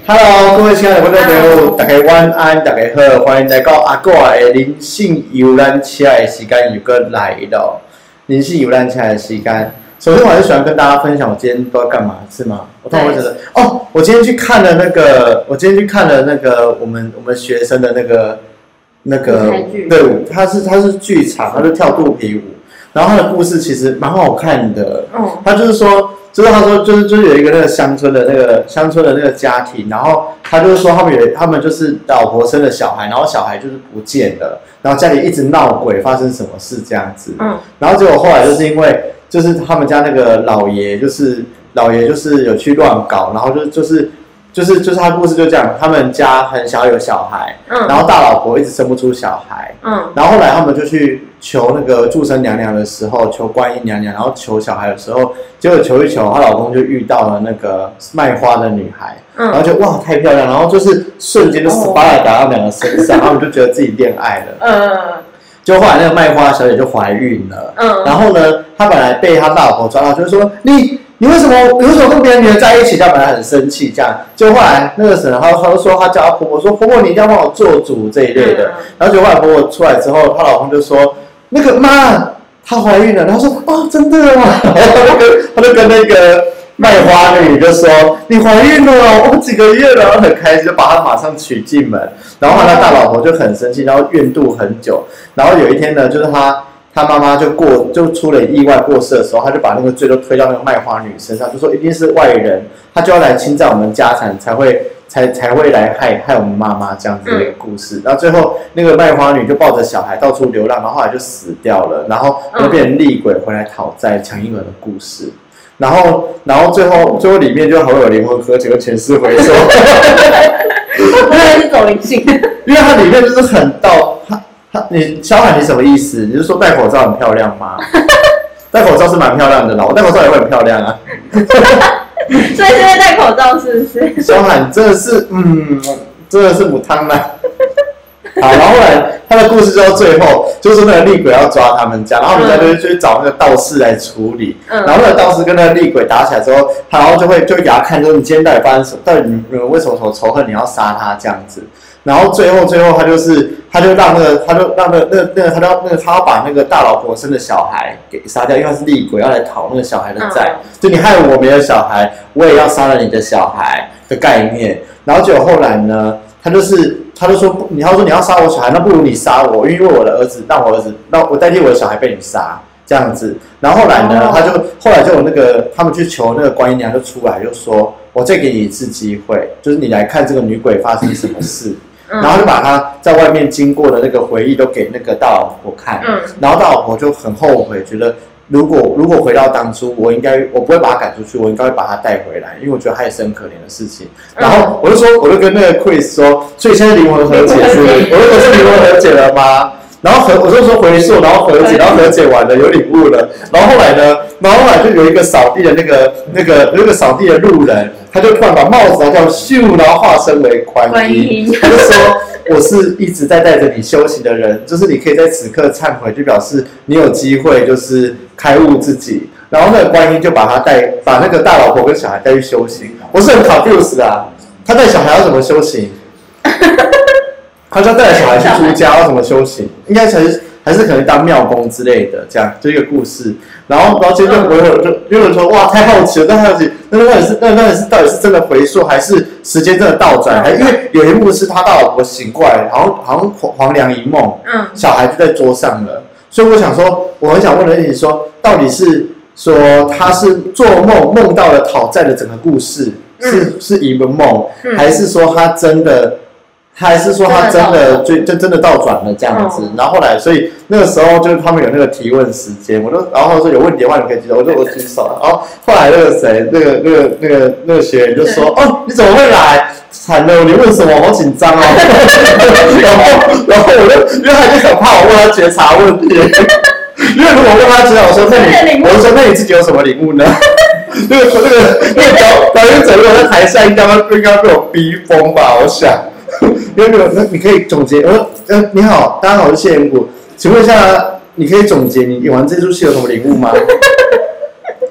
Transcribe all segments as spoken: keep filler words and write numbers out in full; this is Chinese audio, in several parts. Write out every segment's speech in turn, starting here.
Hello， 各位亲爱的观众朋友，大家晚安，大家好，欢迎来到阿哥的灵性游览车的时间又搁来了。灵性游览车的时间，首先我还是喜欢跟大家分享我今天都在干嘛，是吗？我突然会觉得，哦，我今天去看了那个，我今天去看了那个我们我们学生的那个那个，对，他是他是剧场，他是跳肚皮舞，然后他的故事其实蛮好看的，嗯，他就是说。就是他说，就是就是有一个那个乡村的那个乡村的那个家庭，然后他就是说他们有他们就是老婆生了小孩，然后小孩就是不见了，然后家里一直闹鬼，发生什么事这样子。嗯，然后结果后来就是因为就是他们家那个老爷就是老爷就是有去乱搞，然后就就是就是就是他故事就讲他们家很小有小孩，嗯，然后大老婆一直生不出小孩，嗯，然后后来他们就去求那个祝生娘娘的时候，求观音娘娘，然后求小孩的时候，结果求一求，她老公就遇到了那个卖花的女孩，嗯，然后就哇太漂亮，然后就是瞬间就 spotlight 打到两个身上，他们就觉得自己恋爱了，嗯，就后来那个卖花小姐就怀孕了，嗯，然后呢，他本来被他大老婆抓到，就是说你。你为什么你为什么跟别的女人在一起？这样本来很生气，这样就后来那个时候，他他就说他叫他婆婆说婆婆你一定要帮我做主这一类的，然后就后来婆婆出来之后，她老公就说那个妈她怀孕了，然后说哦真的吗？然后他就跟他就跟那个卖花女就说你怀孕了，我几个月了，然后很开心就把她马上娶进门，然后他大老婆就很生气，然后怨妒很久，然后有一天呢，就是他。他妈妈就过就出了意外过世的时候，他就把那个罪都推到那个卖花女身上，就说一定是外人，他就要来侵占我们家产，才会才才会来害害我们妈妈这样子的一个故事。嗯、然后最后那个卖花女就抱着小孩到处流浪，然后后来就死掉了，然后就变成厉鬼回来讨债抢婴儿的故事。然后然后最后最后里面就还会有灵魂和解跟前世回收， 原来是走灵性， 因为它里面就是很到它。你小海你什么意思？你是说戴口罩很漂亮吗？戴口罩是蛮漂亮的啦，我戴口罩也会很漂亮啊。 所以现在戴口罩是不是？ 小海真的是，嗯，真的是母汤啦。好，然后后来他的故事就到最后，就是那个厉鬼要抓他们家，然后他们家就去找那个道士来处理。嗯、然后那个道士跟那个厉鬼打起来之后，然后就会就会给他看，说你今天到底发生什么？到底你为什么什么仇恨你要杀他这样子？然后最后最后他就是他就让那个他就让那个那个那个他要那个他要把那个大老婆生的小孩给杀掉，因为他是厉鬼要来讨那个小孩的债，嗯、就你害我没有小孩，我也要杀了你的小孩的概念。然后结果后来呢，他就是他就说你要说你要杀我小孩，那不如你杀我，因为我的儿子让我儿子让我代替我的小孩被你杀这样子。然后后来呢，他就后来就有那个他们去求那个观音娘就出来就说，我再给你一次机会，就是你来看这个女鬼发生什么事。然后就把他在外面经过的那个回忆都给那个大老婆看，嗯、然后大老婆就很后悔，觉得如果如果回到当初，我应该我不会把他赶出去，我应该会把他带回来，因为我觉得他也是很可怜的事情。嗯、然后我就说，我就跟那个 Chris 说，所以现在灵魂和解是，我说我是灵魂和解了吗？然后和我就说回溯，然后和解，然后和解完了有领悟了，然后后来呢，然后后来就有一个扫地的那个那个那个扫地的路人，他就突然把帽子拿掉，咻，然后化身为观音，他就说我是一直在带着你修行的人，就是你可以在此刻忏悔，就表示你有机会就是开悟自己。然后那个观音就把他带，把那个大老婆跟小孩带去修行。我是很 confused 啊，他带小孩要怎么修行？他就带着小孩去出家，要怎么修行？应该还是还是可能当庙公之类的，这样就一个故事。然后，然后接着我有就有人说，哇，太好奇了，太好奇，那到底是那到底是到底是真的回溯，还是时间真的倒转？还因为有一幕是他大老婆醒过来，好像好像黄粱一梦，嗯，小孩就在桌上了。所以我想说，我很想问的问题说，到底是说他是做梦梦到了讨债的整个故事，是是一个梦，还是说他真的？还是说他真的就就真的倒转了这样子，然后后来，所以那个时候就是他们有那个提问时间，我就然后说有问题的话你可以举手，我就我举手了，然后后来那个谁，那个那个那个那个学员就说，哦，你怎么会来？惨了，你问什么？我好紧张哦。然后然后我就因为他就很怕我问他觉察问题，因为如果问他觉察，我说那你我说那你自己有什么领悟呢？那个那个那个表表演者如果在台下应该不应该被我逼疯吧？我想。因为那你可以总结，我说呃你好，大家好，我是谢元谷，请问一下，你可以总结你演完这出戏有什么领悟吗？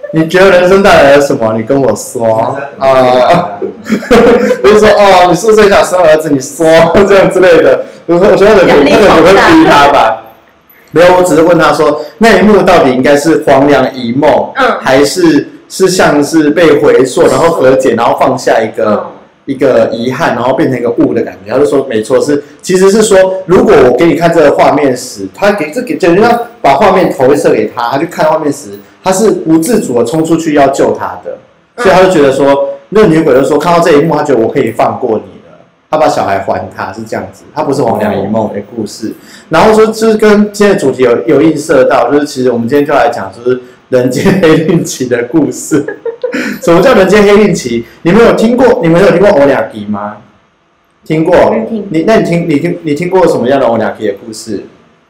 你觉得人生带来了什么？你跟我说啊，就是说哦，你是不是想生儿子？你说这样之类的。我说我觉得那个不会逼他吧？没有，我只是问他说，那一幕到底应该是黄粱一梦，嗯，还是是像是被回溯，然后和解，然后放下一个。嗯一个遗憾，然后变成一个物的感觉。他就说没错，是其实是说，如果我给你看这个画面时，他给这给就人家把画面投射给他，他去看画面时，他是无自主的冲出去要救他的，所以他就觉得说，那个女鬼就说看到这一幕，他觉得我可以放过你了，他把小孩还他，是这样子，他不是黄粱一梦的故事。然后说就是跟今天的主题有有映射到，就是其实我们今天就来讲就是人间黑令旗的故事。什么叫人间黑令旗？你们有听过？你们有听过欧俩基吗？听过？你那你听你听你听过什么样的欧俩基的故事？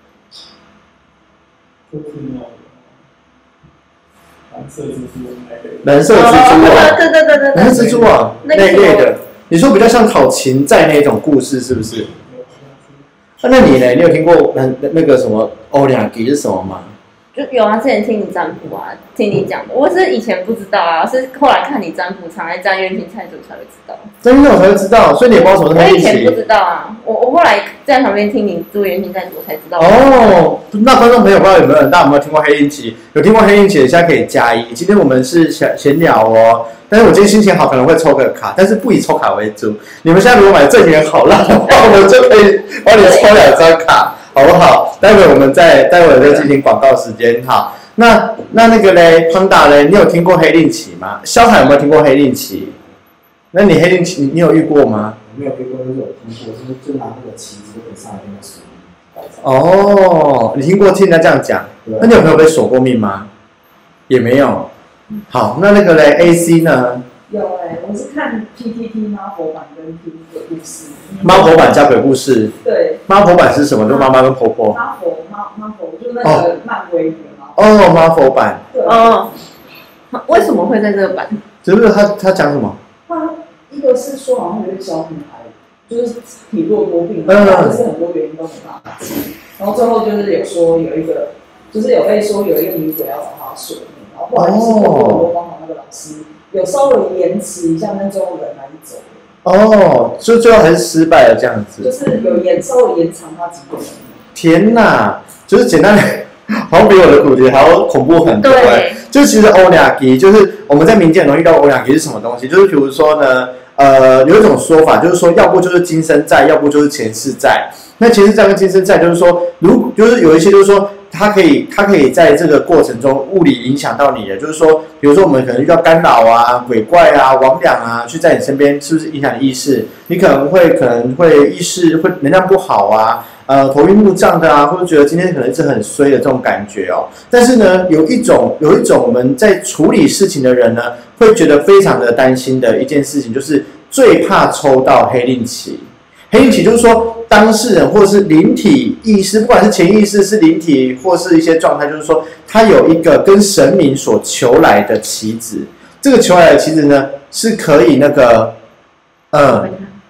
蓝色蜘蛛蓝色蜘蛛网， 对对对对， 蓝色蜘蛛网那一类的。你说比较像讨情债那种故事，是不是？那你呢？你有听过那那个什么欧俩基是什么吗？ 就有啊，之前听你占卜啊，听你讲的，我是以前不知道啊，是后来看你占卜，常来占月平菜组才会知道。 真的我才会知道，所以你也不知道什么是黑令旗。 我以前不知道啊，我我后来在旁边听你做月平菜组才知道。 哦，那观众朋友不知道有没有人，大家有没有听过黑令旗？有听过黑令旗的，现在可以加一。今天我们是闲闲聊哦，但是我今天心情好，可能会抽个卡，但是不以抽卡为主。你们现在如果买正点好烂的话，我们就可以帮你抽两张卡。好不好？待会我们再待会再进行广告时间哈。那那那个嘞，胖达嘞，你有听过黑令旗吗？萧海有没有听过黑令旗？那你黑令旗你，你有遇过吗？ 我没有遇过，但是有听过，就是就拿那个旗子给上面的锁。 哦，你听过听人家这样讲？那你有朋友被锁过命吗？也没有。好，那那个嘞 ，A C 呢？ 有哎、欸，我是看 P T T 妈婆版跟 P T T 鬼故事。 妈婆版加鬼故事。 对。 妈婆版是什么？就妈妈跟婆婆。 妈婆妈妈婆就是那个漫威的妈。 哦，妈婆版。 对。 哦。为什么会在这个版？ 就是他他讲什么？ 他一个是说好像有一个小女孩，就是体弱多病，然后就是很多原因都没办法治，然后最后就是有说有一个，就是有被说有一个女鬼要找他索命，然后后来就是透过很多方法，那个老师有稍微延迟一下，但最后人还是走了。 哦，所以最后还是失败了这样子。 就是有延稍微延长他几个人。 天哪，就是简单的。好像比我的古籍还要恐怖很多哎！就其实欧俩基，就是我们在民间很容易遇到欧俩基是什么东西？就是比如说呢，呃，有一种说法就是说，要不就是今生债，要不就是前世债。那前世债跟今生债，就是说，如就是有一些就是说，它可以它可以在这个过程中物理影响到你的，就是说，比如说我们可能遇到干扰啊、鬼怪啊、魍魉啊，去在你身边，是不是影响你意识？你可能会可能会意识会能量不好啊。呃，头晕目胀的啊，或者觉得今天可能是很衰的这种感觉哦。但是呢，有一种有一种我们在处理事情的人呢，会觉得非常的担心的一件事情，就是最怕抽到黑令旗。黑令旗就是说，当事人或者是灵体意识，不管是潜意识、是灵体或是一些状态，就是说，他有一个跟神明所求来的旗子。这个求来的旗子呢，是可以那个，呃。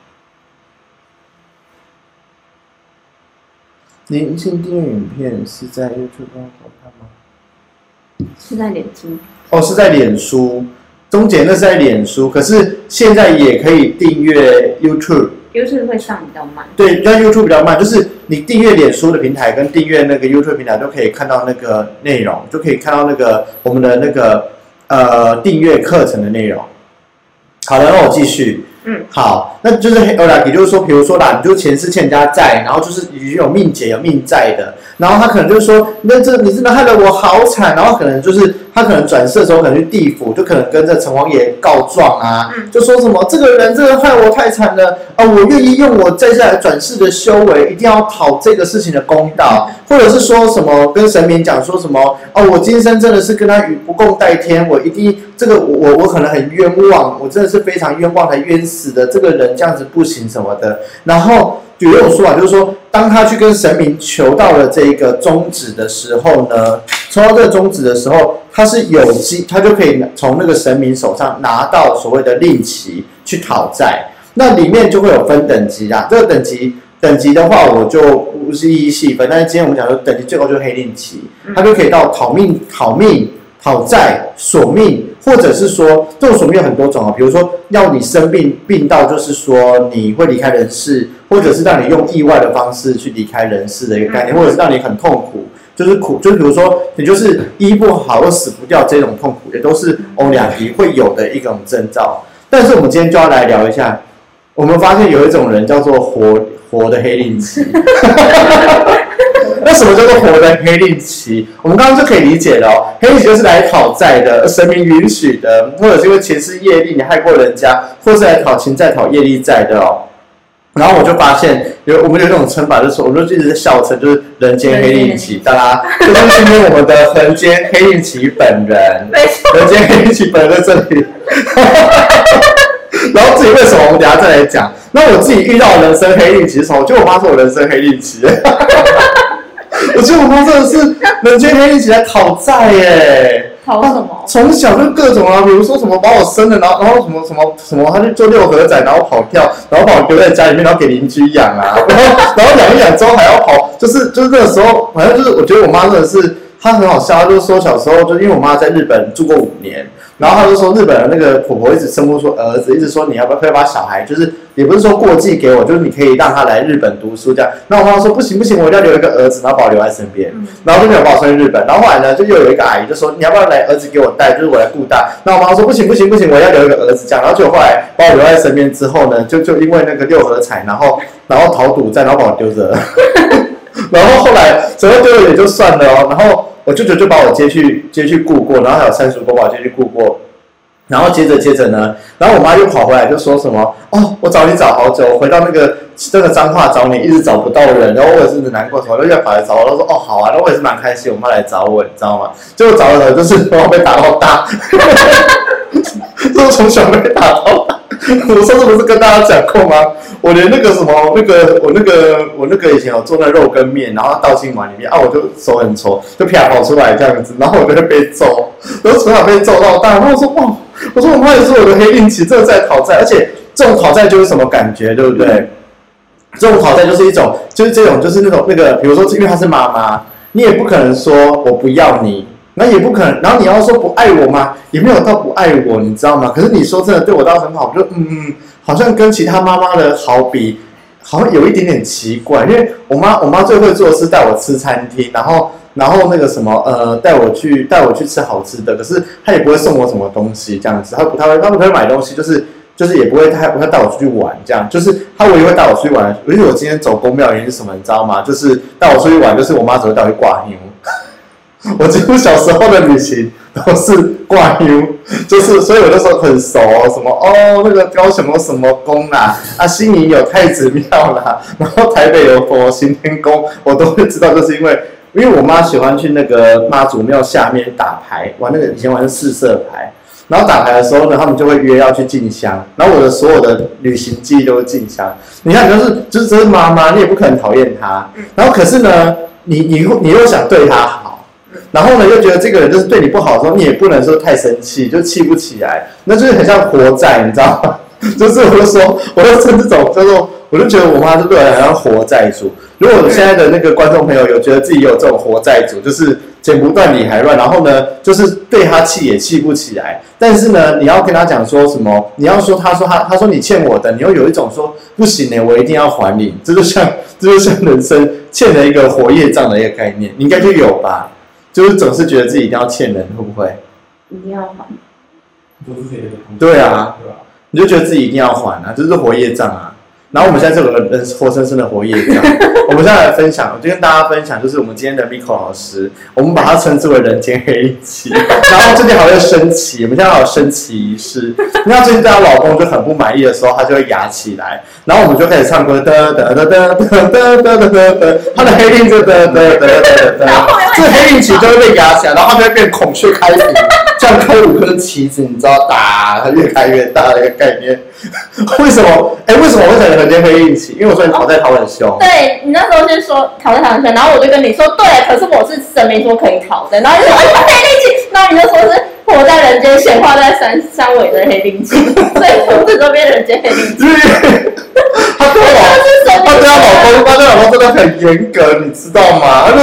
您新订阅影片是在 YouTube 上看吗？ 是在脸书。 哦，是在脸书。钟姐那是在脸书，可是现在也可以订阅 YouTube。YouTube 会上比较慢。 对，但 YouTube 比较慢，就是你订阅脸书的平台跟订阅那个 YouTube 平台都可以看到那个内容，就可以看到那个我们的那个呃订阅课程的内容。好的，那我继续。嗯，好，那就是黑欧俩基，就是说，比如说啦，你就前世欠人家债，然后就是已经有命劫有命债的，然后他可能就是说，那这你真的害得我好惨，然后可能就是他可能转世的时候可能去地府，就可能跟这城隍爷告状啊，嗯、就说什么这个人这个害我太惨了啊，我愿意用我接下来转世的修为，一定要讨这个事情的公道，或者是说什么跟神明讲说什么哦，我今生真的是跟他与不共戴天，我一定这个我我可能很冤枉，我真的是非常冤枉才冤死的，这个人这样子不行什么的。然后有一种说法就是说，当他去跟神明求到了这个宗旨的时候呢，抽到这个宗旨的时候，他是有机，他就可以从那个神明手上拿到所谓的令旗去讨债。那里面就会有分等级啦，这个等级等级的话，我就不是一一细分，但是今天我们讲说等级最高就是黑令旗，它就可以到讨命讨命。 讨债、索命，或者是说这种索命有很多种啊，比如说要你生病病到就是说你会离开人世，或者是让你用意外的方式去离开人世的一个概念，或者是让你很痛苦。就是苦，就是比如说，你就是医不好或死不掉这种痛苦，也都是欧两皮会有的一种征兆。但是我们今天就要来聊一下，我们发现有一种人叫做活活的黑令旗。那什么叫做活的黑令旗？我们刚刚就可以理解了哦，黑令旗就是来讨债的，神明允许的，或者是因为前世业力你害过人家，或是来讨情债、讨业力债的哦。然后我就发现有我们有一种称法，就是我们就一直在笑称，就是人间黑令旗，大家就是今天我们的人间黑令旗本人， 没错， 人间黑令旗本人在这里。然后至于为什么，我们等一下再来讲。那我自己遇到人生黑令旗是什么？我觉得我妈是我人生黑令旗。我觉得我妈真的是人间黑令旗来讨债耶。 讨什么？ 从小就各种啊，比如说什么把我生了，然后然后什么什么什么，他就做六合仔，然后跑跳，然后把我丢在家里面，然后给邻居养啊，然后然后养一养之后还要跑，就是就是那个时候，反正就是我觉得我妈真的是她很好笑，她就是说小时候就因为我妈在日本住过五年。然后他就说，日本的那个婆婆一直生不出儿子，一直说你要不要可以把小孩，就是也不是说过继给我，就是你可以让他来日本读书这样。那我妈妈说不行不行，我一定要留一个儿子，然后把我留在身边，然后就没有把我送去日本。然后后来呢，就又有一个阿姨就说你要不要来儿子给我带，就是我来顾大。那我妈妈说不行不行不行，我要留一个儿子这样。然后结果后来把我留在身边之后呢，就就因为那个六合彩，然后然后讨赌债，然后把我丢着了。然后后来整个丢了也就算了哦，然后我舅舅就把我接去接去顾过，然后还有三叔公把我接去顾过。然后接着接着呢，然后我妈又跑回来就说什么哦，我找你找好久，我回到那个那个彰化找你，一直找不到人，然后我也是很难过，什么又要跑来找我，然后说哦好啊，然后我也是蛮开心，我妈来找我，你知道吗？结果找了就是我被打到大，就是从小被打到大。我上次不是跟大家讲过吗？我连那个什么那个我那个我那个以前有做那肉羹面，然后倒进碗里面啊，我就手很挫，就啪跑出来这样子，然后我就会被揍，然后从小被揍到大，然后我说哇。我说我妈也是我的黑令旗，这个在讨债，而且这种讨债就是什么感觉，对不对？这种讨债就是一种，就是这种，就是那种那个，比如说，因为她是妈妈，你也不可能说我不要你，那也不可能，然后你要说不爱我吗？也没有到不爱我，你知道吗？可是你说真的对我倒很好，我就嗯嗯，好像跟其他妈妈的好比，好像有一点点奇怪，因为我妈我妈最会做的是带我吃餐厅，然后。然后那个什么呃带我去带我去吃好吃的，可是他也不会送我什么东西这样子，他不太会他不太会买东西，就是就是也不会他不会带我出去玩这样，就是他唯一会带我出去玩，因为我今天走公庙原因是什么你知道吗？就是带我出去玩，就是我妈只会带我去挂香。我几乎小时候的旅行都是挂香，就是所以我那时候很熟哦，什么哦那个高雄有什么宫啦，啊新营有太子庙啦，然后台北有佛行天宫，我都会知道，就是因为。因为我妈喜欢去那个妈祖庙下面打牌，玩那个以前玩四色牌，然后打牌的时候呢，他们就会约要去进香，然后我的所有的旅行记忆都是进香。你看，就是就是这是妈妈，你也不可能讨厌她，然后可是呢，你你你又想对她好，然后呢又觉得这个人就是对你不好的时候，你也不能说太生气，就气不起来，那就是很像活债，你知道吗？就是我就说，我就称这种叫做，我就觉得我妈就对我好像活债主。如果现在的那个观众朋友有觉得自己有这种活债主，就是剪不断理还乱，然后呢，就是对他气也气不起来，但是呢，你要跟他讲说什么？你要说他说他他说你欠我的，你又有一种说不行呢，我一定要还你，这就像这就像人生欠了一个活业障的一个概念，你应该就有吧？就是总是觉得自己一定要欠人，会不会？ 一定要还。 对啊，你就觉得自己一定要还啊，这是活业障啊。然后我们现在这个人活生生的活业障，我们现在来分享，我就跟大家分享，就是我们今天的 Miko 老师，我们把它称之为人间黑令旗。然后最近还会升旗，我们现在还有升旗仪式。那她最近对她老公就很不满意的时候，她就会压起来，然后我们就开始唱歌，哒哒哒哒哒哒哒哒哒，她的黑令就哒哒哒哒哒，这个黑令旗就会被压起来，然后它就会变孔雀开屏，像开五颗旗子，你知道，打它越开越大的一个概念。为什么？哎，为什么我会讲人间黑令旗？因为我说你讨债讨很凶。 对你那时候就说讨债讨很凶，然后我就跟你说，对，可是我是神明说可以讨的，然后你说哎黑令旗，然后你就说是活在人间显化在山山尾的黑令旗，所以从此都变人间黑令旗。 他对我，他对他老公，他对老公真的很严格，你知道吗？他就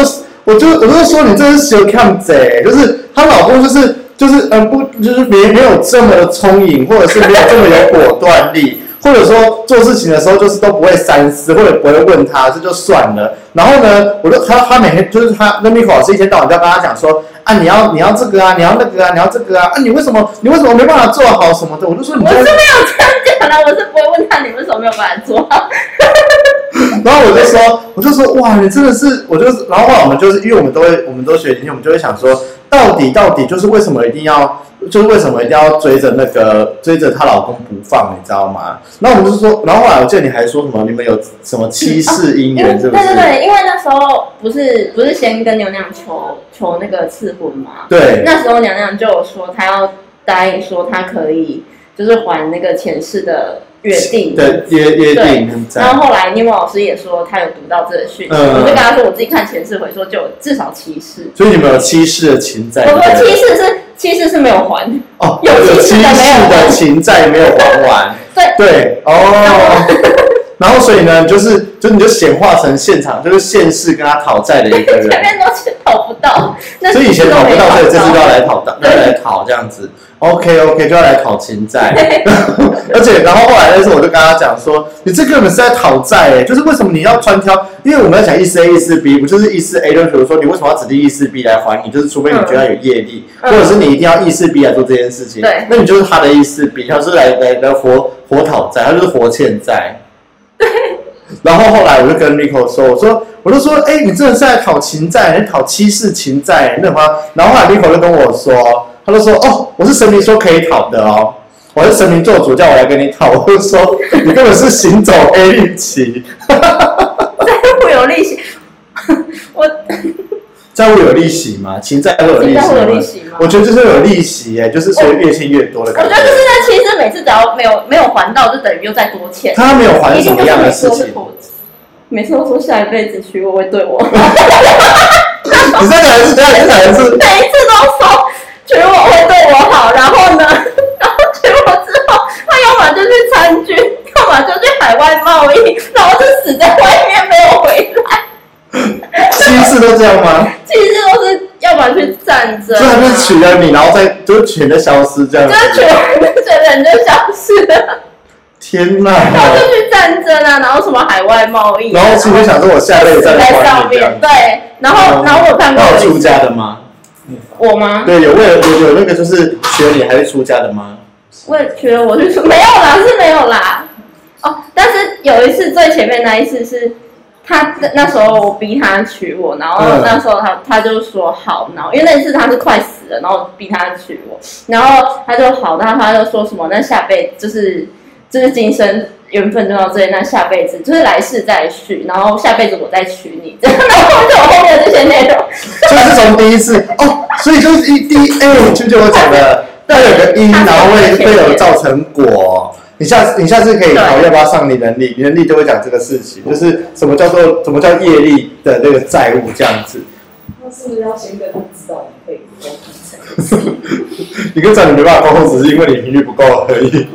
我就我就说你这是小看贼，就是她老公就是就是嗯不就是没没有这么的聪颖，或者是没有这么有果断力。或者说做事情的时候就是都不会三思，或者不会问他，这就算了。然后呢，我就他他每天就是他跟 Miko 老师一天到晚就要跟他讲说啊，你要你要这个啊，你要那个啊，你要这个啊，啊你为什么你为什么没办法做好什么的？我就说你我是没有这样讲的，我是不会问他你为什么没有办法做好。 然后我就说我就说哇，你真的是，我就然后后来我们就是因为我们都会我们都学今天我们就会想说，到底到底就是为什么一定要。就是为什么一定要追着那个追着她老公不放，你知道吗？然后我们就说，然后后来我记得你还说什么，你们有什么七世姻缘，是不是？ 对对对，因为那时候不是不是先跟娘娘求求那个赐婚嘛？ 对。 那时候娘娘就有说，她要答应说，她可以就是还那个前世的约定的约约定。 然后后来尼莫老师也说，他有读到这个讯息，嗯、我就跟他说，我自己看前世回说，就有至少七世。 所以你们有七世的情债？ 我说七世是。七世是没有还哦，有七世的情债没有还完， 对对哦，然后所以呢，就是就你就显化成现场，就是现世跟他讨债的一个人， 前面都是讨不到， 所以以前讨不到，所以这次就要来讨到，要来讨这样子 ，OK OK 就要来讨情债，而且然后后来那时候我就跟他讲说，你这根本是在讨债哎，就是为什么你要专挑？因为我们要讲意思 A 意思 B， 不就是意思 A 就比如说你为什么要指定意思 B 来还你？就是除非你觉得有业力，嗯、或者是你一定要意思 B 来做这件事情， 对， 那你就是他的意思 B， 他是来来来活活讨债，他就是活欠债。 对。 然后后来我就跟 Miko 说，我说我就说，哎、欸，你真的是在讨情债，你讨七世情债，那吗？然后后来 Miko 就跟我说，他就说，哦，我是神明说可以讨的哦。我是神明做主，叫我来跟你讨。我就说，你根本是行走 A 利期。 债务有利息，我债务有利息吗？情债会有利息吗？ 会有利息吗？ 我觉得就是有利息耶，就是说越欠越多的感觉。 我觉得就是那其实每次只要没有没有还到，就等于又再多欠。 他没有还什么样的事情？ 每次都说下一辈子娶我会对我。 你再讲一次，再讲一次，再讲一次。 每一次都说娶我会对我好，然后呢，然后娶我之后，他要么就去参军，要么就去海外贸易，然后就死在外面没有回来。 七次都这样吗？ 七次都是要不然去战争、啊， 所以他就娶了你，然后再就是全的消失这样子， 就是娶完这人就消失了。 天哪！ 然后就去战争啊，然后什么海外贸易、啊， 然后心里想说我下辈子再在上面，对，然后、嗯、然后我有看过有出家的吗？ 我吗？ 对，有为了有有那个就是娶你还是出家的吗？ 为了娶我去出没有啦，是没有啦。哦，但是有一次最前面那一次是。他那时候我逼他娶我，然后那时候他他就说好，然后因为那次他是快死了，然后逼他娶我，然后他就好，然后他就说什么那下辈就是就是今生缘分就到这里，那下辈子就是来世再续，然后下辈子我再娶你，这样，然后就有后面这些内容。 所以是从第一次哦，所以就是一第一哎，就就我讲的，它有个因，然后会会有造成果。你下次你下次可以考要不要上你能力，你能力就会讲这个事情，就是什么叫做什么叫业力的那个债务这样子。 那是不是要先跟他知道你可以沟通？ 你跟长女没办法沟通，只是因为你频率不够而已。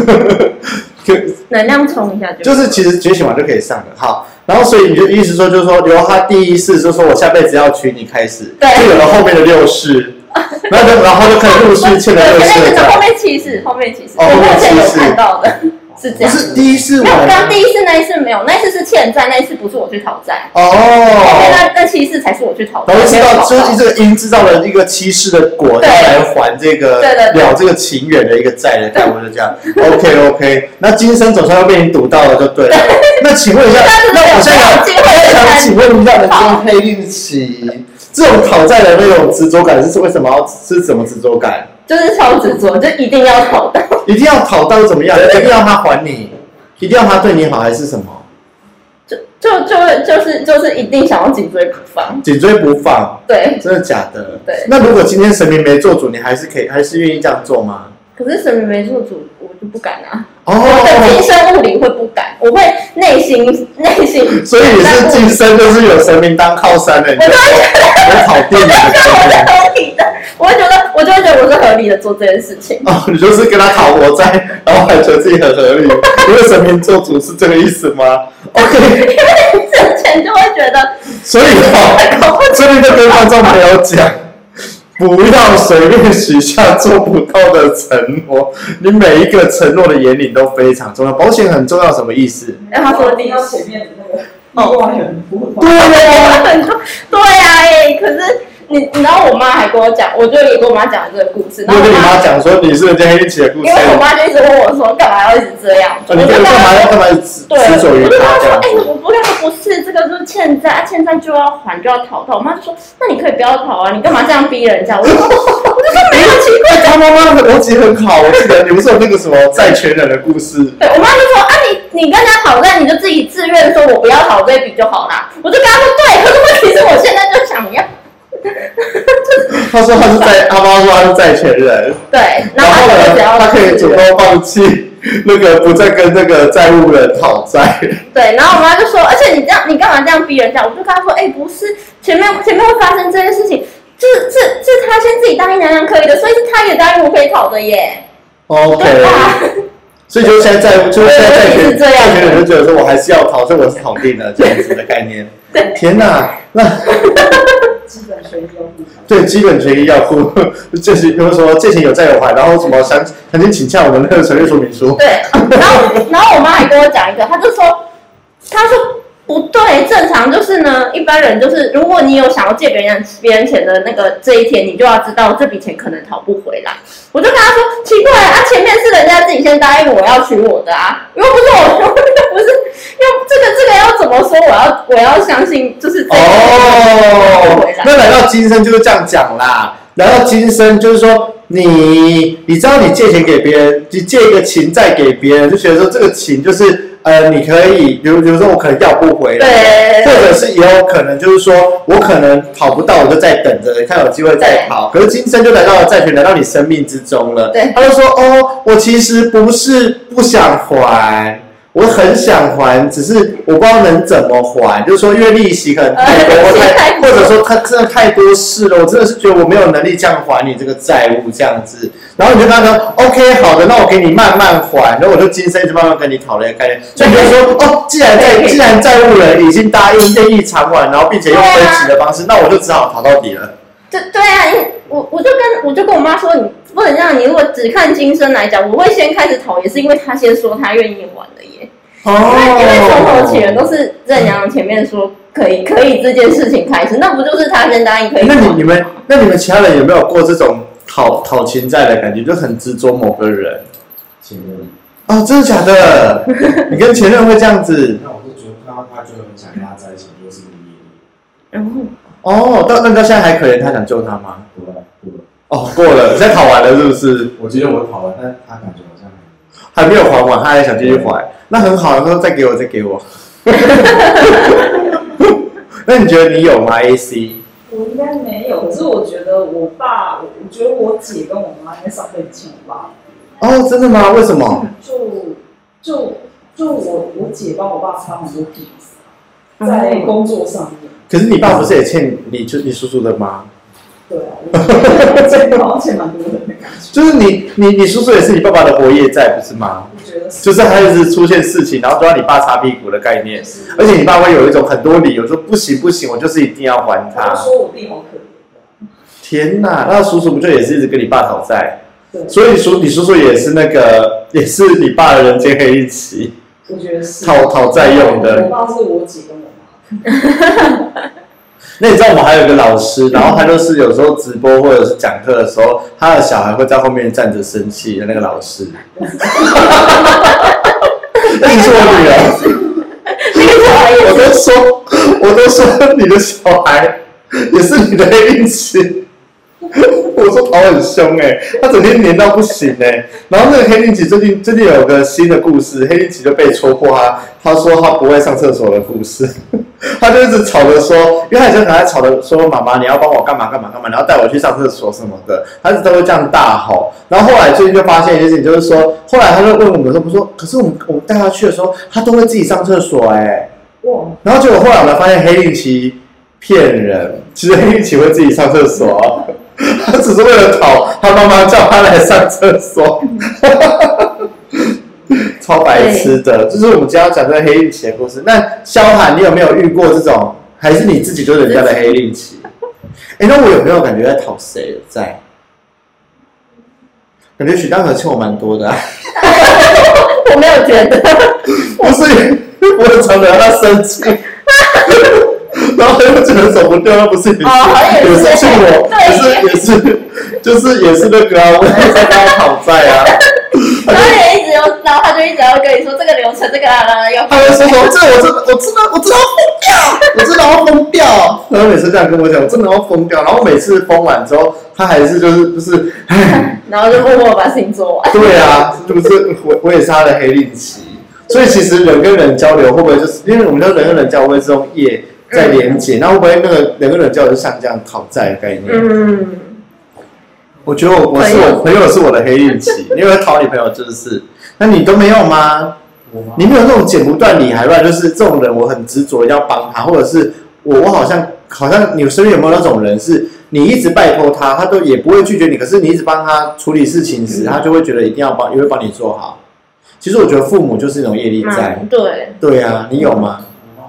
能量冲一下就。 就是其实觉醒完就可以上了，好，然后所以你就意思说就是说由他第一世就说我下辈子要娶你开始，就有了后面的六世。然后就然后就开始陆续欠了六世的。 后面七世，后面七世， 哦，后面七世看到的是这样。 不是第一世没有，刚刚第一世那一次没有，那一次是欠债，那一次不是我去讨债。 哦。 后面那那七世才是我去讨债。 然后知道，就是这个因制造了一个七世的果，要来还这个了这个情缘的一个债的概念，就这样。OK OK， 那今生总算要被你赌到了，就对了。那请问一下，那我现在想请问一下，你这黑令旗。这种讨债的那种执着感是为什么要是什么执着感？ 就是超执着，就一定要讨到， 一定要讨到怎么样？一定要他还你，一定要他对你好，还是什么？ 就就就就是就是一定想要紧追不放， 紧追不放。 对， 真的假的？ 对。 那如果今天神明没做主，你还是可以，还是愿意这样做吗？ 可是神明没做主，我就不敢啊。 哦， 我的今生物理会不敢，我会内心内心。 所以你是今生就是有神明当靠山的，你就我考定你的。 我是合理的， 我会觉得，我就会觉得我是合理的做这件事情。 哦，你就是跟他讨活灾，然后还觉得自己很合理，因为神明做主是这个意思吗 ？OK， 因为你之前就会觉得， 所以哦，这边就跟观众朋友讲。不要随便许下做不到的承诺，你每一个承诺的言领都非常重要。保险很重要，什么意思？ 哎，他说听到前面的那个意外很多， 对呀，很多，对呀，哎，可是你你知道我妈还跟我讲，我就也跟我妈讲了这个故事。 我跟你妈讲说你是人家黑林奇的故事， 因为我妈就一直问我说干嘛要一直这样？ 你干嘛要干嘛执着于他这样？ 哎，我不要不是这个是欠债，欠债就要还就要讨到。我妈就说那你可以不要讨啊，你干嘛这样逼人家？我就说我就说没有奇怪。 他妈妈的逻辑很好，我记得你不是有那个什么债权人的故事？ 对，我妈就说啊你你跟人家讨债，你就自己自愿说我不要讨这一笔就好啦。我就跟她说对，可是问题是我现在就想要。 他说他是债，他妈说他是债权人。 对， 然后呢，他可以主动放弃那个不再跟那个债务人讨债。 对，然后我妈就说，而且你这样，你干嘛这样逼人家？我就跟她说，哎、欸，不是，前面前面会发生这件事情，就是是是他先自己答应娘娘可以的，所以是他也答应我可以讨的耶。 OK。 对吧？ 所以就现在债务，就是现在债权债权人就觉得说我还是要讨，所以我是讨定了这样子的概念。天哪，那。 基本权益要顾。 对，基本权益要顾，就是比如说借钱有债有还，然后什么详详情请洽我们那个承诺说明书。 对，然后然后我妈还跟我讲一个，她就说，她说不对，正常就是呢，一般人就是如果你有想要借别人别人钱的那个这一天，你就要知道这笔钱可能讨不回来。我就跟她说，奇怪啊，前面是人家自己先答应我要娶我的啊，又不是我，又不是。要这个这个要怎么说？我要我要相信，就是这个哦。那来到今生就是这样讲啦。来到今生就是说，你你知道你借钱给别人，你借一个情债给别人，就觉得说这个情就是呃，你可以，比如比如说我可能要不回来，或者是也有可能就是说我可能讨不到，我就在等着，看有机会再讨。可是今生就来到了债权来到你生命之中了。 对， 他就说哦，我其实不是不想还。我很想还，只是我不知道能怎么还。就是说，因为利息可能太多，太或者说他真的太多事了，我真的是觉得我没有能力这样还你这个债务这样子。然后你就跟他说 ，OK， 好的，那我给你慢慢还。然后我就今生一直慢慢跟你讨论概念。所以你就说，哦，既然债既然债务人已经答应愿意偿还，然后并且用分期的方式，那我就只好讨到底了。 对对啊，我我就跟我就跟我妈说，你不能这样。你如果只看今生来讲，我会先开始讨，也是因为他先说他愿意还的耶。哦，因为从头起源都是在娘娘前面说可以可以这件事情开始，那不就是他先答应可以？ 那你你们那你们其他人有没有过这种讨讨情债的感觉，就很执着某个人？ 前任。 哦，真的假的？你跟前任会这样子？ 那我就觉得看到他就很想跟他在一起，就是个孽力。 然后。 哦，到那到现在还可怜，他想救他吗？ 过了，过了。 哦，过了，现在讨完了是不是？ 我觉得我讨完，但他感觉好像还没有还完，他还想继续还，那很好，他说再给我，再给我。那你觉得你有吗 ？A C？ 我应该没有，可是我觉得我爸，我觉得我姐跟我妈应该上辈子欠我爸。 哦，真的吗？为什么？ 就就就我我姐帮我爸擦很多屁股，在工作上面。 可是你爸不是也欠你就你叔叔的吗？ 对啊，我欠好像欠蛮多的感觉。 就是你你你叔叔也是你爸爸的活业债，不是吗？ 我觉得是。 就是他一直出现事情，然后都要你爸擦屁股的概念，而且你爸会有一种很多理由说不行不行，我就是一定要还他。 我说我弟好可怜。 天哪，那叔叔不就也是一直跟你爸讨债？ 对。 所以叔你叔叔也是那个也是你爸的人间黑一期。 我觉得是。 讨讨债用的。 我爸是我姐跟我妈。 那你知道我们还有一个老师，然后他就是有时候直播或者是讲课的时候，他的小孩会在后面站着生气的那个老师。那你是我女儿，我都说，我都说你的小孩也是你的黑运气。我说讨很凶哎、欸，他整天黏到不行哎、欸。然后那个黑令奇最近最近有个新的故事，黑令奇就被戳破他，他说他不会上厕所的故事，他就一直吵着说，因为他以前可能吵着说妈妈你要帮我干嘛干嘛干嘛，你要带我去上厕所什么的，他一直都会这样大吼。然后后来最近就发现一件事情，就是说后来他就问我们说，不说，可是我们我们带他去的时候，他都会自己上厕所哎、欸。哇！然后结果后来我们发现黑令奇骗人，其实黑令奇会自己上厕所。 他只是为了讨他妈妈叫他来上厕所，超白痴的。这是我们今天要讲这个黑令旗的故事。那萧涵，你有没有遇过这种？还是你自己就是人家的黑令旗？哎，那我有没有感觉在讨谁在？感觉许大可欠我蛮多的、啊。 我没有觉得， 不是，我很常惹他生气。然后又觉得走不掉，不是也是、哦、也是欠我，也是也是，就是也是那个啊，我也在跟他讨债啊。 然后也一直有，然后他就一直要跟你说这个流程，这个啊，要。 他就说说这我真的我真的我真的要疯掉，我真的要疯掉。然后每次这样跟我讲，我真的要疯掉。然后每次疯完之后，他还是就是就是， 然后就默默把事情做完。 对啊，是不是我我也是他的黑令旗？所以其实人跟人交流会不会就是因为我们说人跟人交流会是用业在连结，那、嗯、会不会那个人跟人交流是像这样讨债的概念？嗯。我觉得我我是我朋友是我的黑令旗，因为讨你朋友就是，那你都没有吗？你没有那种剪不断理还乱，就是这种人我很执着一定要帮他，或者是我我好像好像你身边有没有那种人是你一直拜托他，他都也不会拒绝你，可是你一直帮他处理事情时，他就会觉得一定要帮，也会帮你做好。其实我觉得父母就是一种业力在， 嗯、对对啊，你有吗？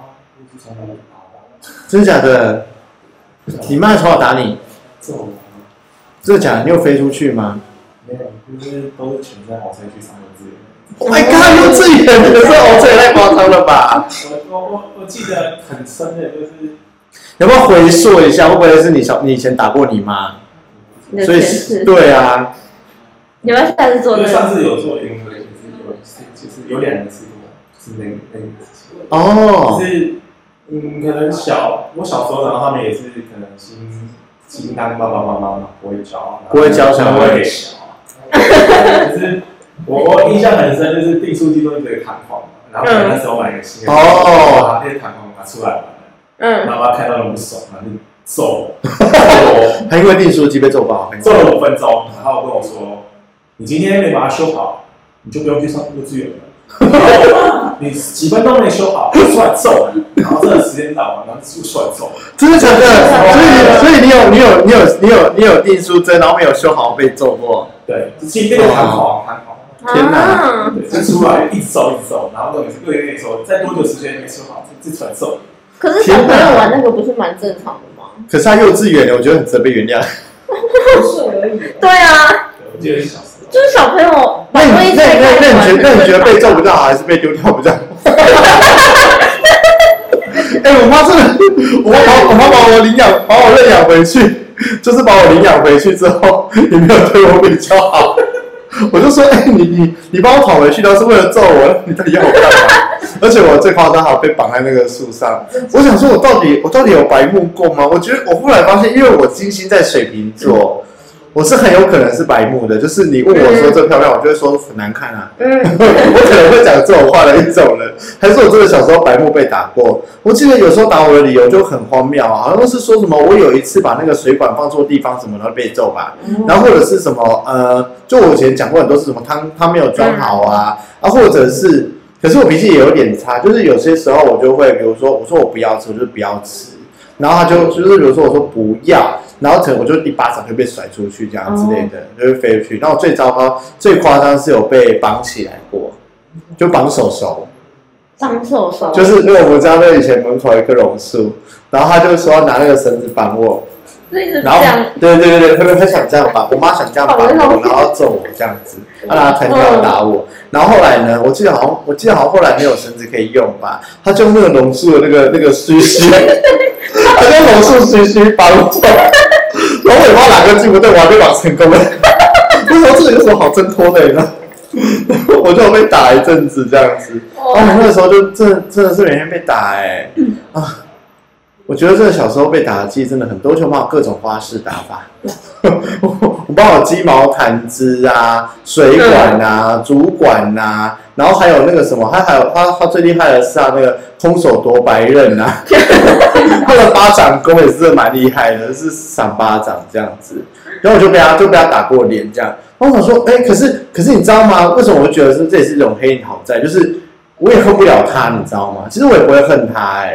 真的假的？你妈从小打你？真的假的？你有飞出去吗？ 没有，就是都是全在熬菜去上幼稚园。 Oh my god！ 幼稚园可是熬菜也太夸张了吧？ 我我我记得很深的就是， 有没有回溯一下？会不会是你小你以前打过你妈？所以对啊。 你们下次做那个？ 上次有做一个，就是有就是有两个次是那个那个事情。 哦。 就是嗯，可能小我小时候，然后他们也是可能新。新当爸爸妈妈嘛，不会教， 不会教小孩， 不会给小。就是我我印象很深，就是订书机都是这个弹簧，然后那时候买一个新的，哦，那些弹簧拿出来玩，嗯，妈妈看到了不爽，然后就揍我。 他因为订书机被揍爆， 揍了五分钟，然后跟我说：“你今天没把它修好，你就不用去上幼稚园了。”你几分钟没修好，就出来揍，然后这个时间到了，然后就出来揍。 真的假的？所以，所以你有你有你有你有你有订书针，然后没有修好被揍过？ 对，其实那个弹簧弹簧， 天哪！ 对，就出来一直揍一直揍，然后那个又跟你说，再多久时间没修好，就出来揍。 可是小朋友玩那个不是蛮正常的吗？ 可是他幼稚园，我觉得很值得被原谅。 是而已。 对啊。 我记得是小时候。 就是小朋友， 那你那那那你觉得那你觉得被揍比较好，还是被丢掉比较好？哎、欸，我妈真的，我妈把我妈把我领养，把我认养回去，就是把我领养回去之后，也没有对我比较好。我就说，哎、欸，你你你把我讨回去，都是为了揍我，你到底要我干嘛？而且我最夸张，还有被绑在那个树上。我想说，我到底我到底有白目过吗？我觉得我后来发现，因为我金星在水瓶座。我是很有可能是白目的，就是你问我说这漂亮，我就会说很难看啊。嗯，我可能会讲这种话的一种人，还是我真的小时候白目被打过？我记得有时候打我的理由就很荒谬啊，好像是说什么我有一次把那个水管放错地方什么的被揍吧，然后或者是什么呃，就我以前讲过很多是什么汤汤没有装好啊，啊或者是，可是我脾气也有点差，就是有些时候我就会，比如说我说我不要吃，我就不要吃。然后他就就是比如说我说不要，然后可能我就一巴掌就被甩出去这样之类的，就会飞出去。然后最糟糕、最夸张是有被绑起来过，就绑手手。 绑手手。 就是因为我们家那以前门口有一棵榕树，然后他就说要拿那个绳子绑我。然后对对对对，他他想这样绑，我妈想这样绑我，然后揍我这样子，他拿藤条打我。然后后来呢，我记得好像我记得好像后来没有绳子可以用吧，他就用那个榕树的那个那个须须，他就用榕树须须绑我，然后我也不知道哪个记不对，我还被绑成功了。我说这个有什么好挣脱的呢？我就被打一阵子这样子，哦，那个时候就真的真的是每天被打哎、欸、啊。我觉得这个小时候被打的记忆真的很多，就帮我各种花式打法，我帮我鸡毛掸子啊、水管啊、主管啊，然后还有那个什么，他还有他他最厉害的是啊那个空手夺白刃啊，他的巴掌功也是蛮厉害的，是赏巴掌这样子，然后我就被他就被他打过脸这样，然后我想说，哎、欸，可是可是你知道吗？为什么我会觉得是这也是一种黑影讨债？就是我也恨不了他，你知道吗？其实我也不会恨他、欸，哎。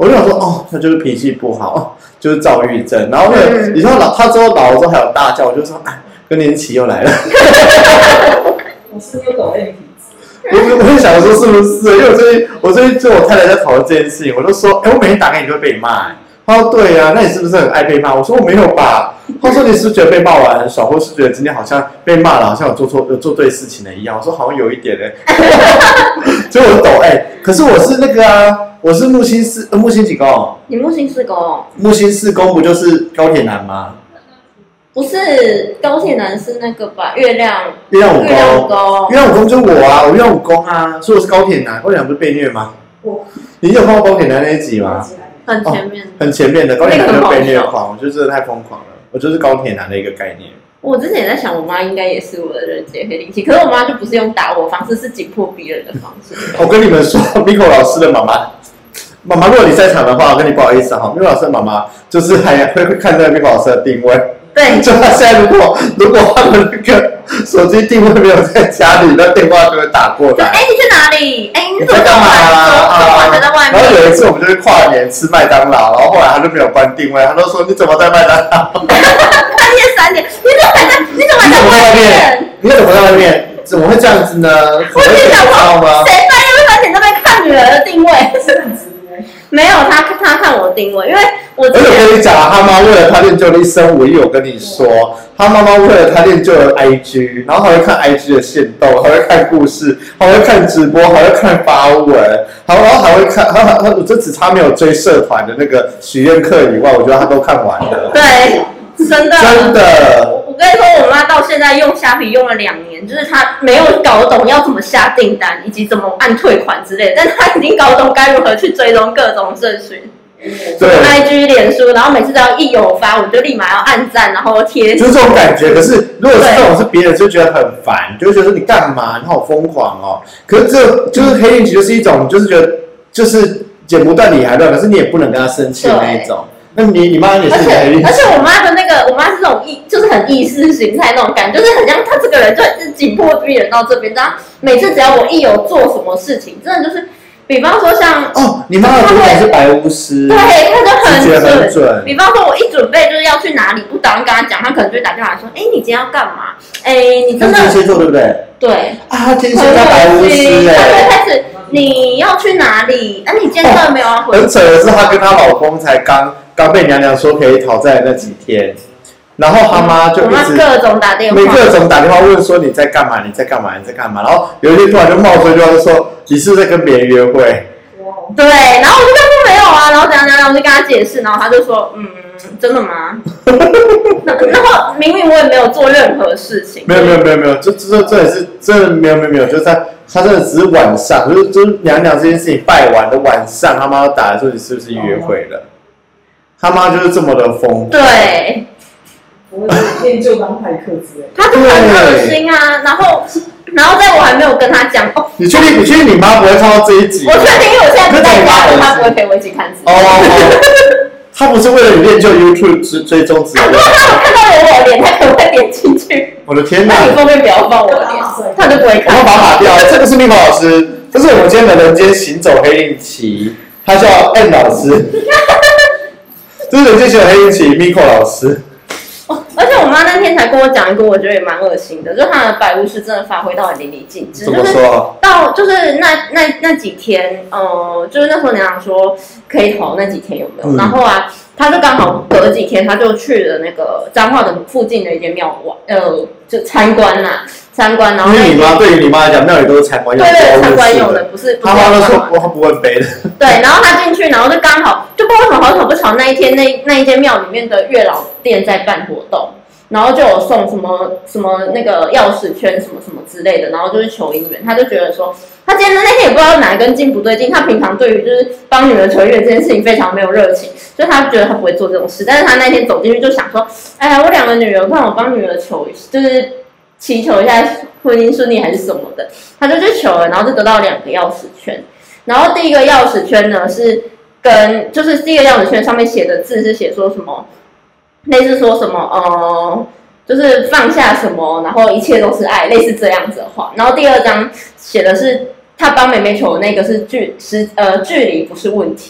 我就想说，哦，他就是脾气不好，哦、就是躁郁症。然后呢，嗯、以后老他之后老了之后还有大叫，我就说，哎，更年期又来了。 我是不是有抖 M 体质？ 我我就想说是不是？因为我最近我最近跟我太太在讨论这件事情，我就说，哎，我每天打给你就会被你骂、欸。他说对啊，那你是不是很爱被骂？我说我没有吧。他说你是不是觉得被骂完很爽，或是觉得今天好像被骂了，好像有做错有做对事情了一样？我说好像有一点哎、欸，所以我抖哎、欸，可是我是那个啊，我是木星四呃木星几宫？ 你木星四宫？ 木星四宫不就是高铁男吗？ 不是高铁男是那个吧？月亮月亮五宫， 月亮五宫， 月亮五宫就是我啊，我月亮五宫啊，所以我是高铁男。高铁男不是被虐吗？ 我你有看过高铁男那一集吗？ 很前面、哦， 很前面的高铁男就被虐狂，我觉得真的太疯狂了。我就是高铁男的一个概念。 我之前也在想，我妈应该也是我的人杰黑灵气，可是我妈就不是用打我方式，是紧迫逼人的方式。 我跟你们说 ，Miko 老师的妈妈，妈妈，如果你在场的话，我跟你不好意思哈 ，Miko 老师的妈妈就是还会会看这个 Miko 老师的定位。 对， 就他现在如果如果他的那个手机定位没有在家里，那电话就会打过来。 哎，你去哪里？哎，你在干嘛啊？ 在外面。 然后有一次我们就是跨年吃麦当劳，然后后来他就没有关定位，他就说你怎么在麦当劳？ 半夜三点，你怎么还在？你怎么还在外面？ 你怎么在外面？怎么会这样子呢？ 我心想说，谁半夜三点在那边看女儿的定位？没有，他他看我定位，因为我。而且我跟你讲，他妈为了他练就了一身武艺。我跟你说，他妈妈为了他练就了 I G， 然后还会看 I G 的限动，还会看故事，还会看直播，还会看发文，然后然后还会看，他他我这只差没有追社团的那个许愿课以外，我觉得他都看完了。 对，真的真的。 我跟你说，我妈到现在用虾皮用了两年，就是她没有搞懂要怎么下订单，以及怎么按退款之类的，但是她已经搞懂该如何去追踪各种社群，对 ，I G、脸书，然后每次只要一有发，我就立马要按赞，然后贴， 就是这种感觉。可是如果是这种是别人，就觉得很烦，就会觉得说你干嘛，你好疯狂哦。可是这就是黑运气，就是一种，就是觉得就是剪不断理还乱，可是你也不能跟他生气的那一种。那你你妈也是黑运气， 而且我妈的那个，我妈是这种意，就是很意识形态那种感觉，就是很像她这个人就是紧迫逼人到这边。然后每次只要我一有做什么事情，真的就是，比方说像哦，你妈的主管是白巫师， 对，她就很准。 很准。 比方说，我一准备就是要去哪里，不打算跟她讲，她可能就会打电话说：“哎，你今天要干嘛？哎，你真的天蝎座对不对？ 对啊，天蝎加白巫师哎， 她会开始你要去哪里？啊，你今天真的没有要回？ 很扯的是，她跟她老公才刚。刚被娘娘说可以讨债的那几天，然后他妈就一直各种打电话， 没各种打电话问说你在干嘛？你在干嘛？你在干嘛？然后有一天突然就冒出一句话，就说你是不是在跟别人约会？ 对，然后我就跟他说没有啊，然后怎样怎样，我就跟他解释，然后他就说嗯，真的吗？然后明明我也没有做任何事情， 没有没有没有没有，这这这也是真的没有没有没有，就是他他真的只是晚上，就是就是娘娘这件事情拜完的晚上，他妈打来说你是不是约会了？他妈就是这么的疯， 对， 我练就当派克之类， 他就很恶心啊。然后，然后在我还没有跟他讲哦， 你确定？你确定你妈不会看到这一集？ 我确定，因为我现在不在家，他不会陪我一起看直播。 哦，他不是为了你练就 YouTube 追追踪直播。 如果他有看到有我的脸，他可能会点进去。 我的天哪！ 那你后面不要放我的脸，他就不会看。 我要把它打掉。这个是Miko老师，这是我们今天的人间行走黑令旗，他叫 M 老师。这是人间行走黑令旗 Miko 老师。 哦，而且我妈那天才跟我讲一个，我觉得也蛮恶心的，就是她的白巫师真的发挥到了淋漓尽致。 怎么说？ 到就是那那那几天，呃，就是那时候娘娘说可以投那几天有没有？嗯、然后啊，他就刚好隔几天，他就去了那个彰化的附近的一间庙玩，呃，就参观啦，参观。然后因为你妈对于你妈来讲，庙里都是参观用的， 对对，参观用的，不是。 他妈都说我不会背的。 对，然后他进去，然后就刚好，就不知道为什么好巧不巧，那一天那那一间庙里面的月老店在办活动。然后就有送什么什么那个钥匙圈什么什么之类的，然后就是求姻缘。他就觉得说，他今天那天也不知道哪根筋不对劲，他平常对于就是帮女儿求姻缘这件事情非常没有热情，所以他觉得他不会做这种事。但是他那天走进去就想说，哎呀，我两个女儿，不然我帮女儿求，就是祈求一下婚姻顺利还是什么的。他就去求了，然后就得到两个钥匙圈。然后第一个钥匙圈呢是跟就是第一个钥匙圈上面写的字是写说什么？类似说什么呃，就是放下什么，然后一切都是爱，类似这样子的话。然后第二章写的是他帮妹妹求的那个是距时呃距离不是问题，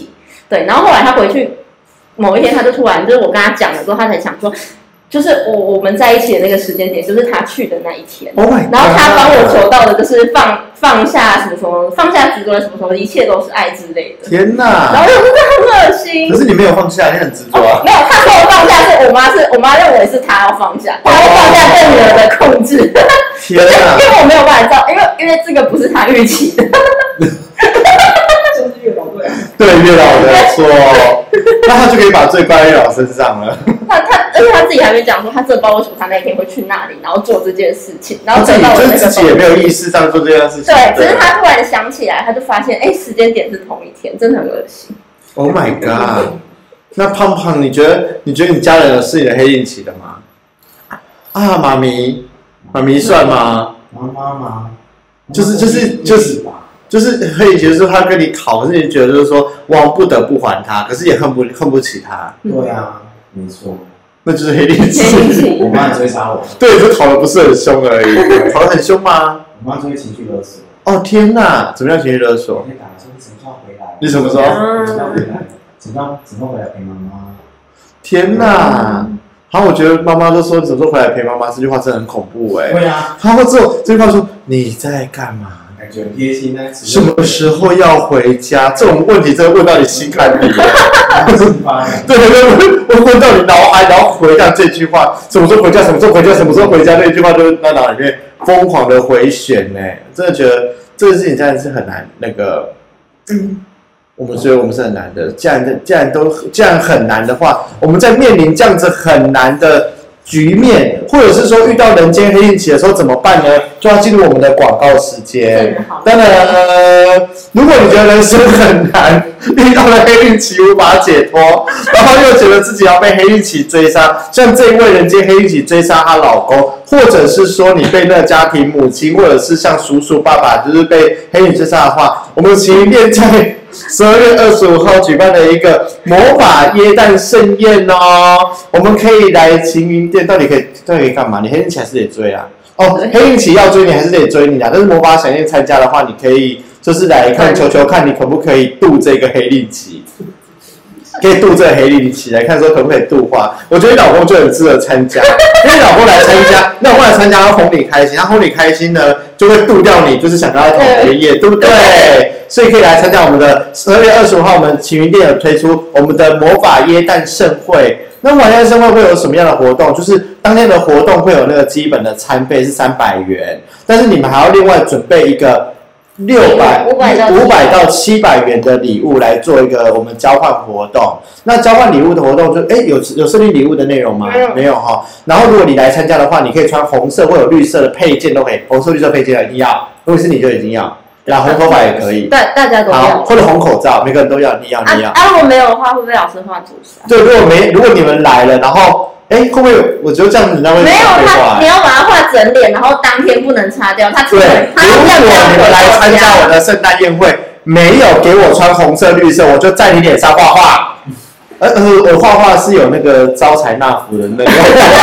对，然后后来他回去某一天，他就突然就是我跟他讲了之后，他才想说。就是我我们在一起的那个时间点，就是他去的那一天。 Oh my God 然后他帮我求到的就是放放下什么什么，放下执着的什么什么，一切都是爱之类的。 天哪！ 然后我就觉得很恶心。 可是你没有放下，你很执着啊、 哦。没有，他说我放下是我妈是我妈认为是他要放下，他要放下对女儿的控制。 天哪！ 因为我没有办法知道，因为因为这个不是他预期的。 就是月老对。 对，月老的错，那他就可以把罪怪在月老身上了。 他他，而且他自己还没讲说，他真的不知道为什么他那一天会去那里，然后做这件事情，然后得到我的那个。就是自己也没有意识上做这件事情。 对，只是他突然想起来，他就发现，哎，时间点是同一天，真的很恶心。 Oh my god！ 那胖胖，你觉得你觉得你家人有是你的黑令旗的吗？啊，妈咪，妈咪算吗？ 妈妈吗？ 就是就是就是就是黑令旗，就是他跟你考，可是你觉得就是说王不得不还他，可是也恨不恨不起他。 对啊，没错。 那就是黑令旗。 我妈也追杀我。 对，就讨的不是很凶而已。讨的很凶吗？ 我妈就会情绪勒索。 哦天哪，怎么样情绪勒索？ 我会打说你什么时候回来？ 你什么时候？ 什么时候回来？什么时候什么时候回来陪妈妈？ 天哪！然后我觉得妈妈都说什么时候回来陪妈妈这句话真的很恐怖哎。 对啊。 然后之后这句话说你在干嘛？ 感觉很贴心呢。 什么时候要回家？这种问题真的问到你心坎里。对对对，我问到你脑海，然后回到这句话，什么时候回家？什么时候回家？什么时候回家？那句话就是在脑里面疯狂的回旋呢。真的觉得这个事情真的是很难那个。嗯。我们觉得我们是很难的，既然既然都既然很难的话，我们在面临这样子很难的局面，或者是说遇到人间黑令旗的时候怎么办呢？就要进入我们的广告时间。当然，呃，如果你觉得人生很难，遇到了黑令旗无法解脱，然后又觉得自己要被黑令旗追杀，像这一位人间黑令旗追杀她老公，或者是说你被那个家庭母亲，或者是像叔叔爸爸，就是被黑令旗追杀的话，我们晴云店在十二月二十五号举办的一个魔法耶诞盛宴哦，我们可以来晴云店，到底可以到底可以干嘛？你黑令旗还是得追啊？哦，黑令旗要追你还是得追你啊？但是魔法想念参加的话，你可以就是来看球球，看你可不可以渡这个黑令旗，可以渡这个黑令旗来看说可不可以度化。我觉得你老公就很适合参加，因为老公来参加，那老公来参加要哄你开心，他哄你开心呢，就会渡掉你，就是想跟他同黑夜，对不对？所以可以来参加我们的十二月二十五号，我们晴云店有推出我们的魔法耶诞盛会。那魔法耶诞盛会会有什么样的活动？就是当天的活动会有那个基本的餐费是三百元，但是你们还要另外准备一个六百五百到七百元的礼物来做一个我们交换活动。那交换礼物的活动就哎有有设定礼物的内容吗？没有，没有哈。然后如果你来参加的话，你可以穿红色或有绿色的配件都可以，红色绿色配件一定要，如果是你就已经要。然后红头发也可以， 对，大家都要， 或者红口罩，每个人都要，你要，你要。 啊，如果没有的话，会不会老师画图上？ 对，如果没，如果你们来了，然后，哎，会不会？我觉得这样子你那会没有他，你要把它画整脸，然后当天不能擦掉。他对，如果你们来参加我的圣诞宴会，没有给我穿红色、绿色，我就在你脸上画画。呃呃，我画画是有那个招财纳福的那个，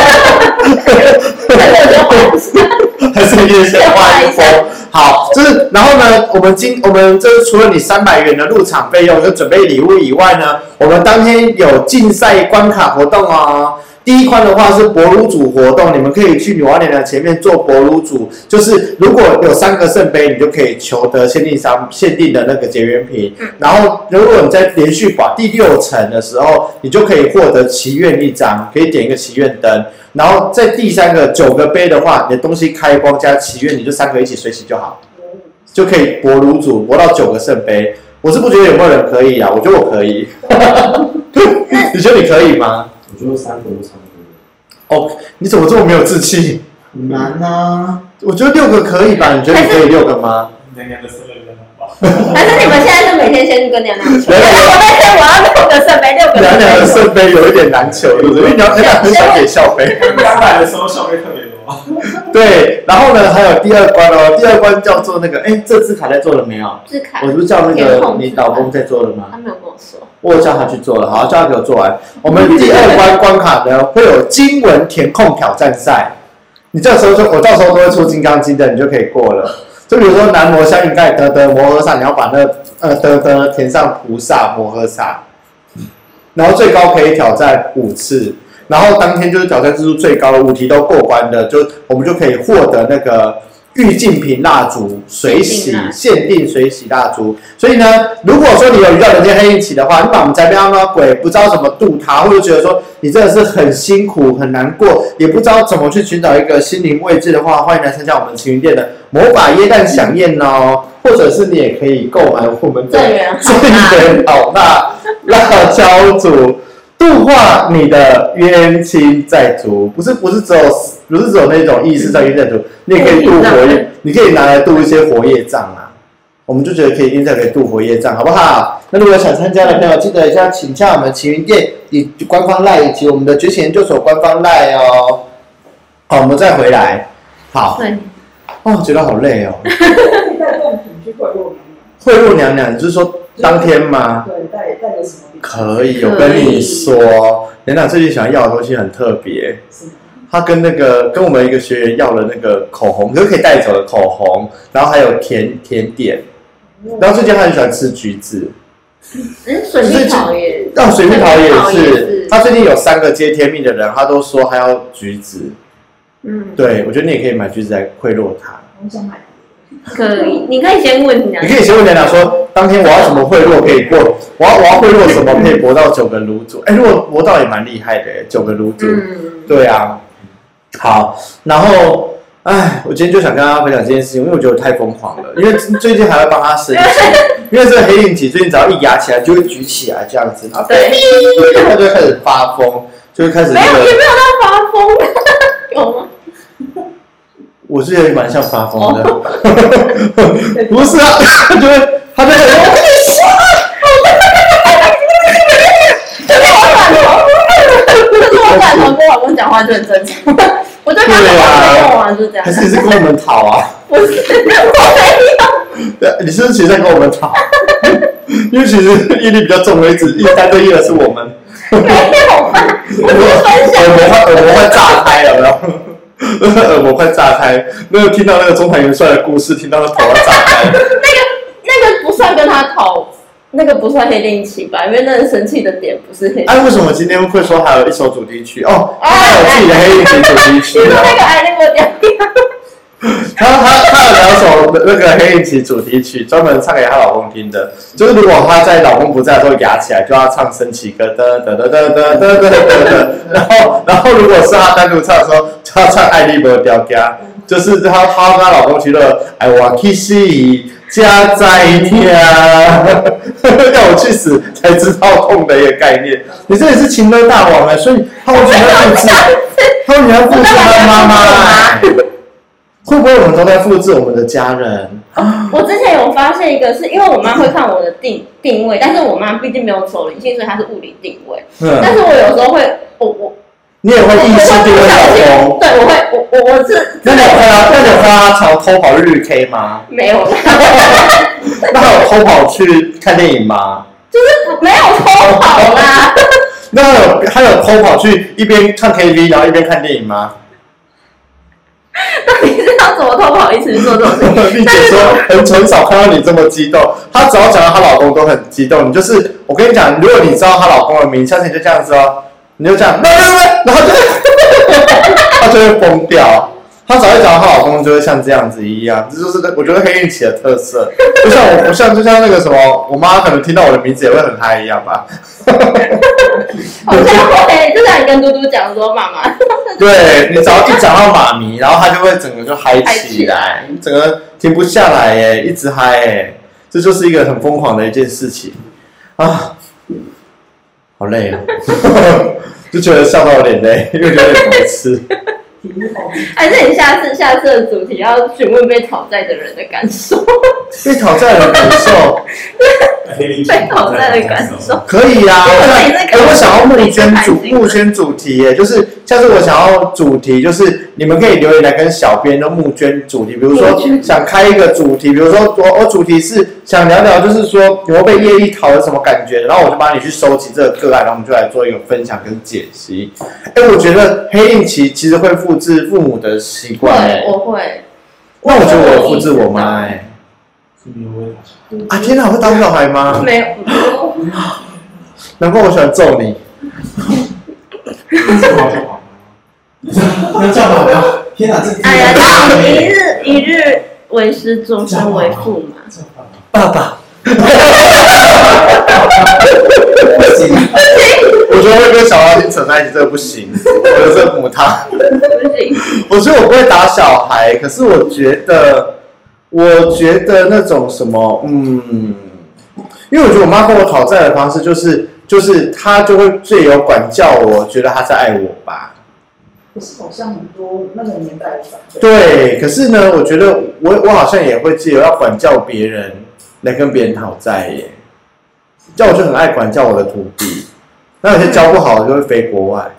还是你先画一波。好，就是然后呢，我们今我们这除了你三百元的入场费用，有准备礼物以外呢，我们当天有竞赛关卡活动哦。第一关的话是博炉组活动，你们可以去女娲娘娘前面做博炉组，就是如果有三个圣杯，你就可以求得限定商限定的那个结缘品。嗯、然后如果你在连续把第六层的时候，你就可以获得祈愿一张，可以点一个祈愿灯。然后在第三个九个杯的话，你的东西开光加祈愿，你就三个一起随喜就好，就可以博炉组博到九个圣杯。我是不觉得有没有人可以啊？我觉得我可以。你觉得你可以吗？ 我觉得三个都差不多。 哦，你怎么这么没有志气？ 难啊！ 我觉得六个可以吧？你觉得你可以六个吗？ 娘娘的生日真好吧？ 还是你们现在是每天先去跟娘娘求？然后我那天我要六个圣杯，六个。 娘娘的圣杯有一点难求，对不对？因为娘娘很想给校杯。 刚来的时候校杯特别多。 对，然后呢，还有第二关哦，第二关叫做那个，哎，这字卡在做了没有？ 字卡。 我不是叫那个你老公在做了吗？ 他没有跟我说。 我叫他去做了，好，叫他给我做完。我们第二关关卡呢，会有经文填空挑战赛。你这时候就，我到时候都会出金刚经的，你就可以过了。就比如说南无相应盖得得摩诃萨，你要把那呃得得填上菩萨摩诃萨， 然后最高可以挑战五次，然后当天就是挑战次数最高的五题都过关的，就我们就可以获得那个玉净瓶蜡烛水洗限定水洗蜡烛。所以呢，如果说你有遇到人间黑令旗的话，你把我们宅边阿妈鬼不知道怎么度它，或者觉得说你真的是很辛苦很难过，也不知道怎么去寻找一个心灵慰藉的话，欢迎来参加我们晴云店的魔法耶诞飨宴哦，或者是你也可以购买我们的正元好辣辣椒煮。度化你的冤亲债主，不是不是只有不是只有那种意识上冤债主，你也可以度活业，你可以拿来度一些活业障啊。我们就觉得可以因此可以度活业障，好不好？那如果想参加的朋友，记得一下请加我们晴云店以官方 LINE 以及我们的觉醒研究所官方 LINE 哦。好，我们再回来。好。对。哦，觉得好累哦。 可以带贡品去贿赂娘娘。 贿赂娘娘，你是说当天吗？ 对，带带个什么？ 可以，我跟你说，娘娘最近想要的东西很特别。他跟那个跟我们一个学员要了那个口红，可是可以带走的口红，然后还有甜甜点，然后最近他很喜欢吃橘子。 嗯，水蜜桃也， 让水蜜桃也是。他最近有三个接天命的人，他都说他要橘子。嗯，对，我觉得你也可以买橘子来贿赂他。 我想买。 可以，你可以先问娘娘。 你可以先问娘娘说，当天我要什么贿赂可以过？我要我要贿赂什么可以博到九个炉主？哎，如果博到也蛮厉害的，九个炉主。嗯，对啊。好，然后，哎，我今天就想跟大家分享这件事情，因为我觉得我太疯狂了。因为最近还要帮他生气，因为这个黑令旗最近只要一压起来就会举起来这样子，然后对，他就会开始发疯，就会开始、那个、没有也没有到发疯，有吗？ 我是觉得蛮像发疯的，不是啊，他就会，他就会，我跟你说， 就是我转头，就是我转头跟我老公讲话就很正常，我就跟他说跟我玩就是这样， 还是你是跟我们讨啊？ 不是，我没有， 对，你是不是其实在跟我们讨？因为其实毅力比较重的，一直一单对一的是我们， 没有吧？我是分享， 耳膜快耳膜快炸开了，然后。耳膜快炸开，那个听到那个中坛元帅的故事，听到那头要炸开。那个那个不算跟他讨，那个不算黑令旗吧？因为那个生气的点不是黑。 哎、啊，为什么今天会说还有一首主题曲？哦，他有自己的黑令旗主题曲。 你说那个爱那个点。 他他他有两首那个黑令旗主题曲，专门唱给她老公听的。就是如果她在老公不在的时候压起来，就要唱升旗歌，哒哒哒哒哒哒哒哒。然后然后如果是她单独唱的时候，就要唱爱丽波调家，就是她她跟她老公去了，哎我去死，家在天，要我去死才知道痛的一个概念。你这也是情歌大王哎，所以他完全要复制，他完全要复制他妈妈哎。会不会我们都在复制我们的家人？ 我之前有发现一个，是因为我妈会看我的定定位，但是我妈毕竟没有走灵性，所以她是物理定位。嗯。但是我有时候会，我我。 你也会意识定位老公？ 对，我会，我我我是。 那你有看到？那你有看到他常偷跑日 K 吗？ 没有。 那他有偷跑去看电影吗？ 就是没有偷跑啦。 那他有他有偷跑去一边唱 K T V， 然后一边看电影吗？ 那你是要怎么偷跑一起做这种事情？ 丽姐说很很少看到你这么激动，她只要讲到她老公都很激动。你就是我跟你讲，如果你知道她老公的名，下次你就这样子哦，你就这样，然后就她就会疯掉。她只要一讲到她老公，就会像这样子一样，这就是我觉得黑令旗的特色。就像我，像就像那个什么，我妈可能听到我的名字也会很嗨一样吧。 好像会，就像你跟嘟嘟讲说妈妈。 对，你只要一讲到妈咪，然后他就会整个就嗨起来，整个停不下来耶，一直嗨耶，这就是一个很疯狂的一件事情啊，好累啊，就觉得笑到有点累，因为有点白痴。 还是你下次下次的主题要询问被讨债的人的感受？ 被讨债的感受， 被讨债的感受可以啊。我我想要募捐主募捐主题耶，就是下次我想要主题，就是你们可以留言来跟小编都募捐主题，比如说想开一个主题，比如说我我主题是想聊聊，就是说有没有被业力讨有什么感觉，然后我就帮你去收集这个个案，然后我们就来做一个分享跟解析。哎，我觉得黑令旗其实会复制父母的习惯。 对，我会。 那我觉得我有复制我妈哎。啊天哪，我会打小孩吗？ 没有。 难怪我喜欢揍你。 要叫爸爸！天哪，这哎呀，一日一日为师，终身为父嘛。 爸爸。不行，我觉得会跟小孩扯在一起，这个不行。我觉得这个母汤不行。我觉得我不会打小孩，可是我觉得，我觉得那种什么，嗯，因为我觉得我妈跟我讨债的方式，就是就是她就会最有管教我，觉得她在爱我吧。 可是好像很多那个年代的反对。 对，可是呢，我觉得我我好像也会借由要管教别人来跟别人讨债耶。叫我就很爱管教我的徒弟，那有些教不好就会飞国外，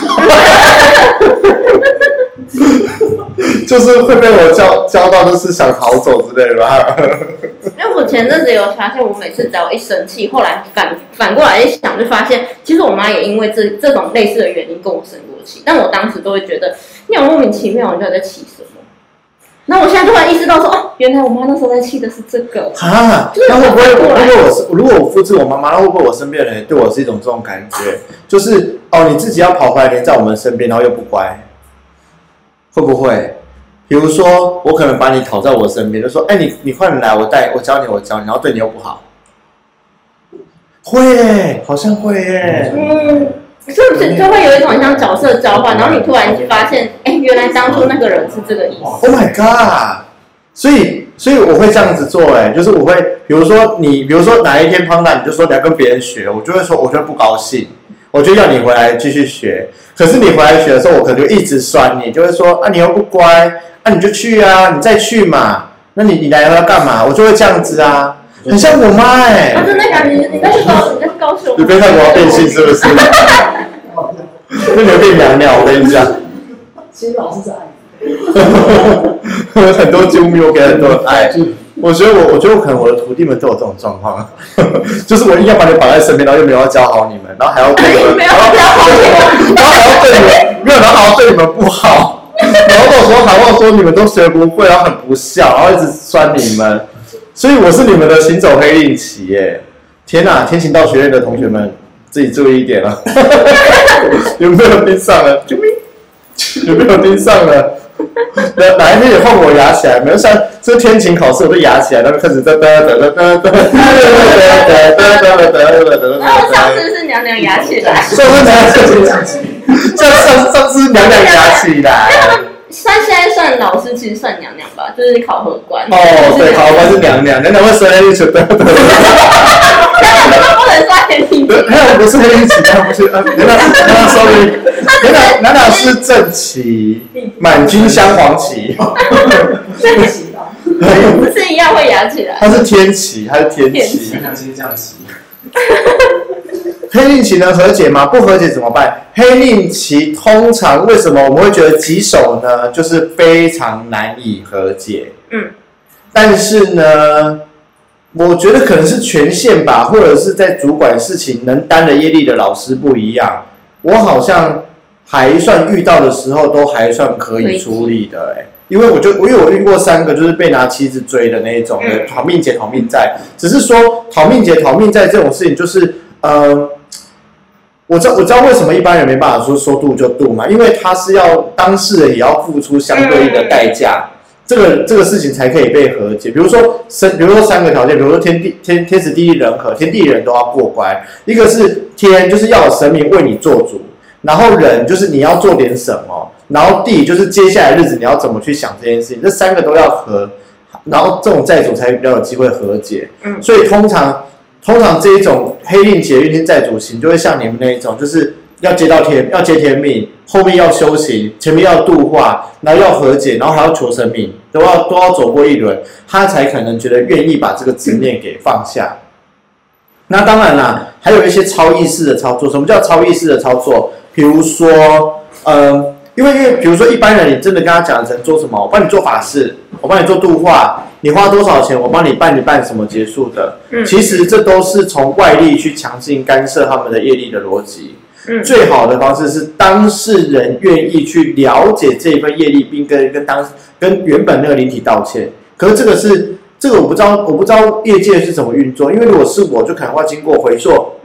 就是会被我教教到就是想逃走之类的吧。 因为我前阵子有发现，我每次只要一生气，后来反反过来一想，就发现其实我妈也因为这这种类似的原因跟我生过气，但我当时都会觉得你好莫名其妙，你到底在气什么？那我现在突然意识到说，哦，原来我妈那时候在气的是这个。 啊，那会不会？如果我是如果我复制我妈妈，那会不会我身边的人对我是一种这种感觉？就是哦，你自己要跑回来黏在我们身边，然后又不乖，会不会？比如说，我可能把你讨在我身边，就说，哎，你你快点来，我带我教你，我教你，然后对你又不好，会耶，好像会耶。 嗯。是不是就会有一种像角色交换，然后你突然发现，哎，原来当初那个人是这个意思。 Oh my god！ 所以，所以我会这样子做，哎，就是我会，比如说你，比如说哪一天胖大，你就说你要跟别人学，我就会说，我就会不高兴，我就要你回来继续学。可是你回来学的时候，我可能就一直酸你，就会说啊，你又不乖，啊你就去啊，你再去嘛，那你你来要干嘛？我就会这样子啊。很像我妈哎、欸， 啊，真的感觉你在高你在高雄， 你别看我要变性是不是？那你会变娘娘，我跟你讲。 其实老师是爱你。 我很多啾咪，我给很多人爱。我觉得我，我觉得我可能我的徒弟们都有这种状况，就是我硬要把你绑在身边，然后又没有要教好你们，然后还要对你们， 没有教好你们， 然后还要对你们，没有，然后还要对你们不好，然后到时候还要说你们都学不会，然后很不孝，然后一直酸你们。所以我是你们的行走黑令旗耶！天哪，天行道学院的同学们自己注意一点了，有没有盯上了？救命！有没有盯上了？哪哪一天也换我压起来？没有像这天晴考试，我就压起来，然后开始哒哒哒哒哒哒哒哒哒哒哒哒。 然后上次是娘娘压起来， 上次娘娘压起来，上上次娘娘压起来。 算现在算老师，其实算娘娘吧，就是考核官。 哦，对，考核官是娘娘，娘娘会摔黑历史的。娘娘不能刷黑历史。 娘娘不是黑历史，娘娘不是，娘娘娘娘 sorry， 娘娘娘娘是正旗，满军镶黄旗。 天旗吧？ 不是一样会压起来？ 它是天旗，它是天旗。 它是这样旗。 黑令旗能和解吗？不和解怎么办？黑令旗通常为什么我们会觉得棘手呢？就是非常难以和解。 嗯， 但是呢，我觉得可能是权限吧，或者是在主管事情能担的业力的老师不一样。我好像还算遇到的时候都还算可以处理的、欸，因为我就因为我遇过三个就是被拿妻子追的那一种的讨命劫讨命债，只是说讨命劫讨命债这种事情就是呃。我知道我知道为什么一般人没办法说说渡就渡嘛，因为他是要当事人也要付出相对应的代价，这个这个事情才可以被和解。比如说生，比如说三个条件，比如说天地天天时地利人和，天地人都要过关。一个是天，就是要有神明为你做主，然后人就是你要做点什么，然后地就是接下来日子你要怎么去想这件事情，这三个都要和，然后这种债主才比较有机会和解。嗯，所以通常。通常这一种黑令劫运天债主型，就会像你们那一种，就是要接到天，要接天命，后面要修行，前面要度化，然后要和解，然后还要求生命，都要都要走过一轮，他才可能觉得愿意把这个执念给放下。那当然啦，还有一些超意识的操作。什么叫超意识的操作？比如说，呃，因为因为比如说一般人，你真的跟他讲成做什么，我帮你做法事，我帮你做度化。你花多少钱，我帮你办一办什么结束的？嗯，其实这都是从外力去强行干涉他们的业力的逻辑。嗯，最好的方式是当事人愿意去了解这一份业力，并跟跟当跟原本那个灵体道歉。可是这个是这个我不知道，我不知道业界是怎么运作，因为如果是我，就可能会经过回溯，嗯，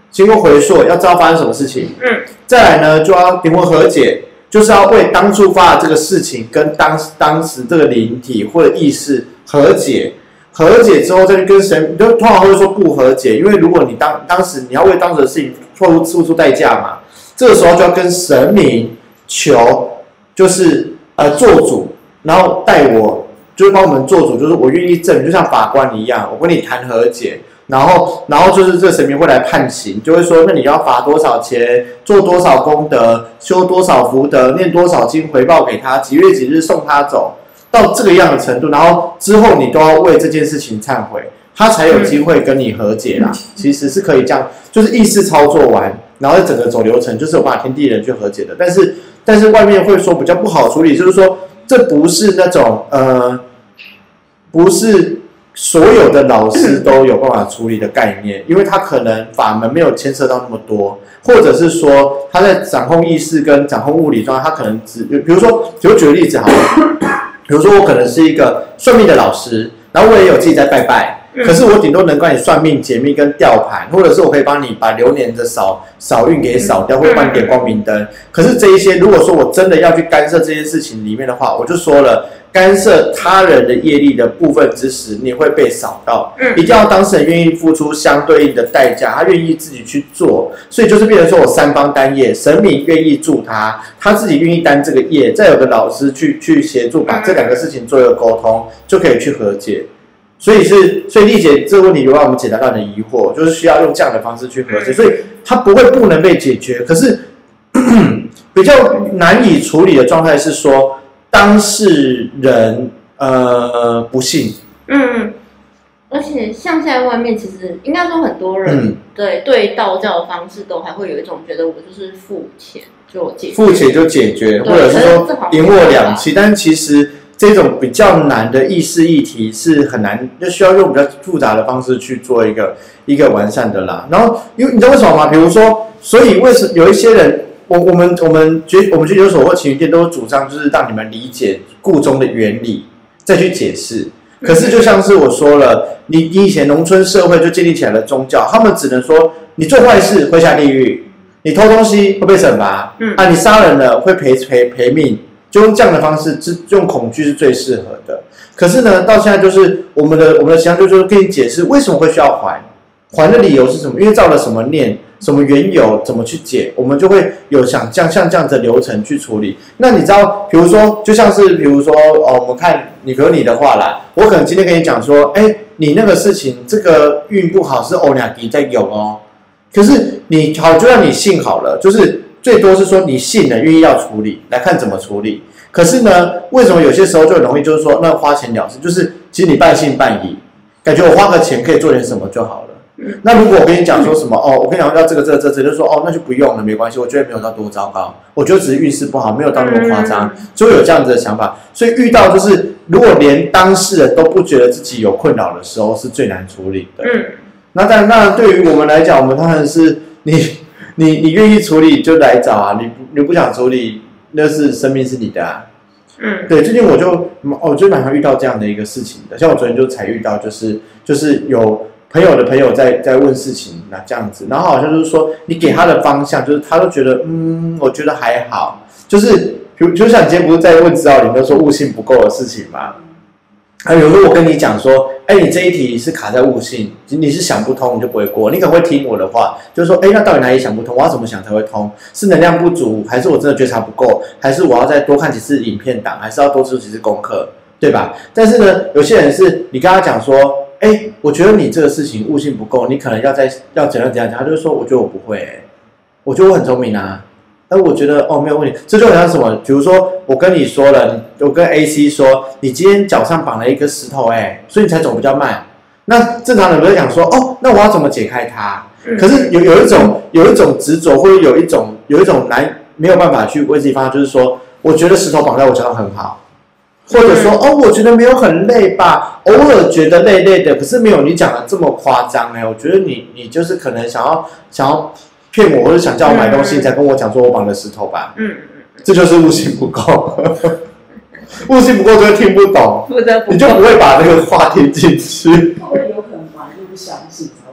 经过回溯，要知道发生什么事情。 嗯， 再来呢，就要灵魂和解，就是要为当初发的这个事情跟当当时这个灵体或者意识和解。和解之后再去跟神，你就通常会说不和解，因为如果你当当时你要为当时的事情付出付出代价嘛，这个时候就要跟神明求，就是呃做主，然后带我，就是帮我们做主，就是我愿意证，就像法官一样，我跟你谈和解。然后，然后就是这神明会来判刑，就会说，那你要罚多少钱，做多少功德，修多少福德，念多少经回报给他，几月几日送他走，到这个样的程度，然后之后你都要为这件事情忏悔，他才有机会跟你和解啦。其实是可以这样，就是意识操作完，然后整个走流程，就是有办法天地人去和解的。但是，但是外面会说比较不好处理，就是说这不是那种呃，不是。所有的老师都有办法处理的概念，因为他可能法门没有牵涉到那么多，或者是说他在掌控意识跟掌控物理状态，他可能只比如说，比如举个例子好了，比如说我可能是一个算命的老师，然后我也有自己在拜拜，可是我顶多能帮你算命、解密跟调盘，或者是我可以帮你把流年的扫扫运给扫掉，或帮你点光明灯。可是这一些，如果说我真的要去干涉这件事情里面的话，我就说了。干涉他人的业力的部分之时，你会被扫到。嗯，一定要当事人愿意付出相对应的代价，他愿意自己去做，所以就是变成说我三方担业，神明愿意助他，他自己愿意担这个业，再有个老师去去协助，把这两个事情做一个沟通，就可以去和解。所以是，所以丽姐这个问题有让我们解答到你的疑惑，就是需要用这样的方式去和解，所以它不会不能被解决，可是比较难以处理的状态是说。当事人呃不信， 嗯，而且像现在外面其实应该说很多人、嗯、对对道教的方式都还会有一种觉得我就是付钱就解决， 付钱就解决，或者是说赢我两期，但其实这种比较难的意识议题是很难，就需要用比较复杂的方式去做一个一个完善的啦。然后因为你知道为什么吗？比如说，所以为什么有一些人？我我们我们觉我们研究所或情绪店都主张就是让你们理解故中的原理，再去解释。可是就像是我说了，你你以前农村社会就建立起来的宗教，他们只能说你做坏事会下地狱，你偷东西会被惩罚，嗯啊，你杀人了会赔赔赔命，就用这样的方式，用恐惧是最适合的。可是呢，到现在就是我们的我们的形象就是跟你解释为什么会需要还，还的理由是什么，因为造了什么念。什么缘由怎么去解，我们就会有想像像这样的流程去处理。那你知道，比如说，就像是比如说，哦，我们看你，比如你的话啦，我可能今天跟你讲说，哎，你那个事情这个运不好是欧两迪在有哦，可是你好，就让你信好了，就是最多是说你信了，愿意要处理，来看怎么处理。可是呢，为什么有些时候就很容易就是说，那花钱了事，就是其实你半信半疑，感觉我花个钱可以做点什么就好了。那如果我跟你讲说什么哦，我跟你讲要这个这个这个，就说哦，那就不用了，没关系，我觉得没有到多糟糕，我觉得只是运势不好，没有到那么夸张，就会有这样子的想法。所以遇到就是如果连当事人都不觉得自己有困扰的时候，是最难处理的。嗯，那当然，那对于我们来讲，我们当然是你你你愿意处理就来找啊，你你不想处理，那是生命是你的啊。嗯，对，最近我就我就蛮常遇到这样的一个事情的，像我昨天就才遇到，就是就是有。朋友的朋友在在问事情，那这样子，然后好像就是说，你给他的方向，就是他都觉得，嗯，我觉得还好，就是就就像你今天不是在问指导灵都说悟性不够的事情吗？还有时候我跟你讲说，哎，你这一题是卡在悟性，你是想不通，你就不会过，你可能会听我的话，就是说，哎，那到底哪里想不通？我要怎么想才会通？是能量不足，还是我真的觉察不够？还是我要再多看几次影片档，还是要多做几次功课，对吧？但是呢，有些人是你跟他讲说。哎，我觉得你这个事情悟性不够，你可能要再要怎样怎样讲，他就说，我觉得我不会、欸，我觉得我很聪明啊，但我觉得哦没有问题，这就好像什么，比如说我跟你说了，我跟 A C 说，你今天脚上绑了一个石头、欸，哎，所以你才走比较慢。那正常人都会讲说，哦，那我要怎么解开它？可是有有一种有一种执着，或者有一种有一种难没有办法去为自己方向，就是说，我觉得石头绑在我脚上很好。或者说哦，我觉得没有很累吧，偶尔觉得累累的，可是没有你讲的这么夸张哎。我觉得你你就是可能想要想要骗我，或者想叫我买东西，才跟我讲说我绑了石头吧。嗯，这就是悟性不够，悟性不够就会听不懂，你就不会把那个话听进去。 会不会有可能反正不相信才会讲？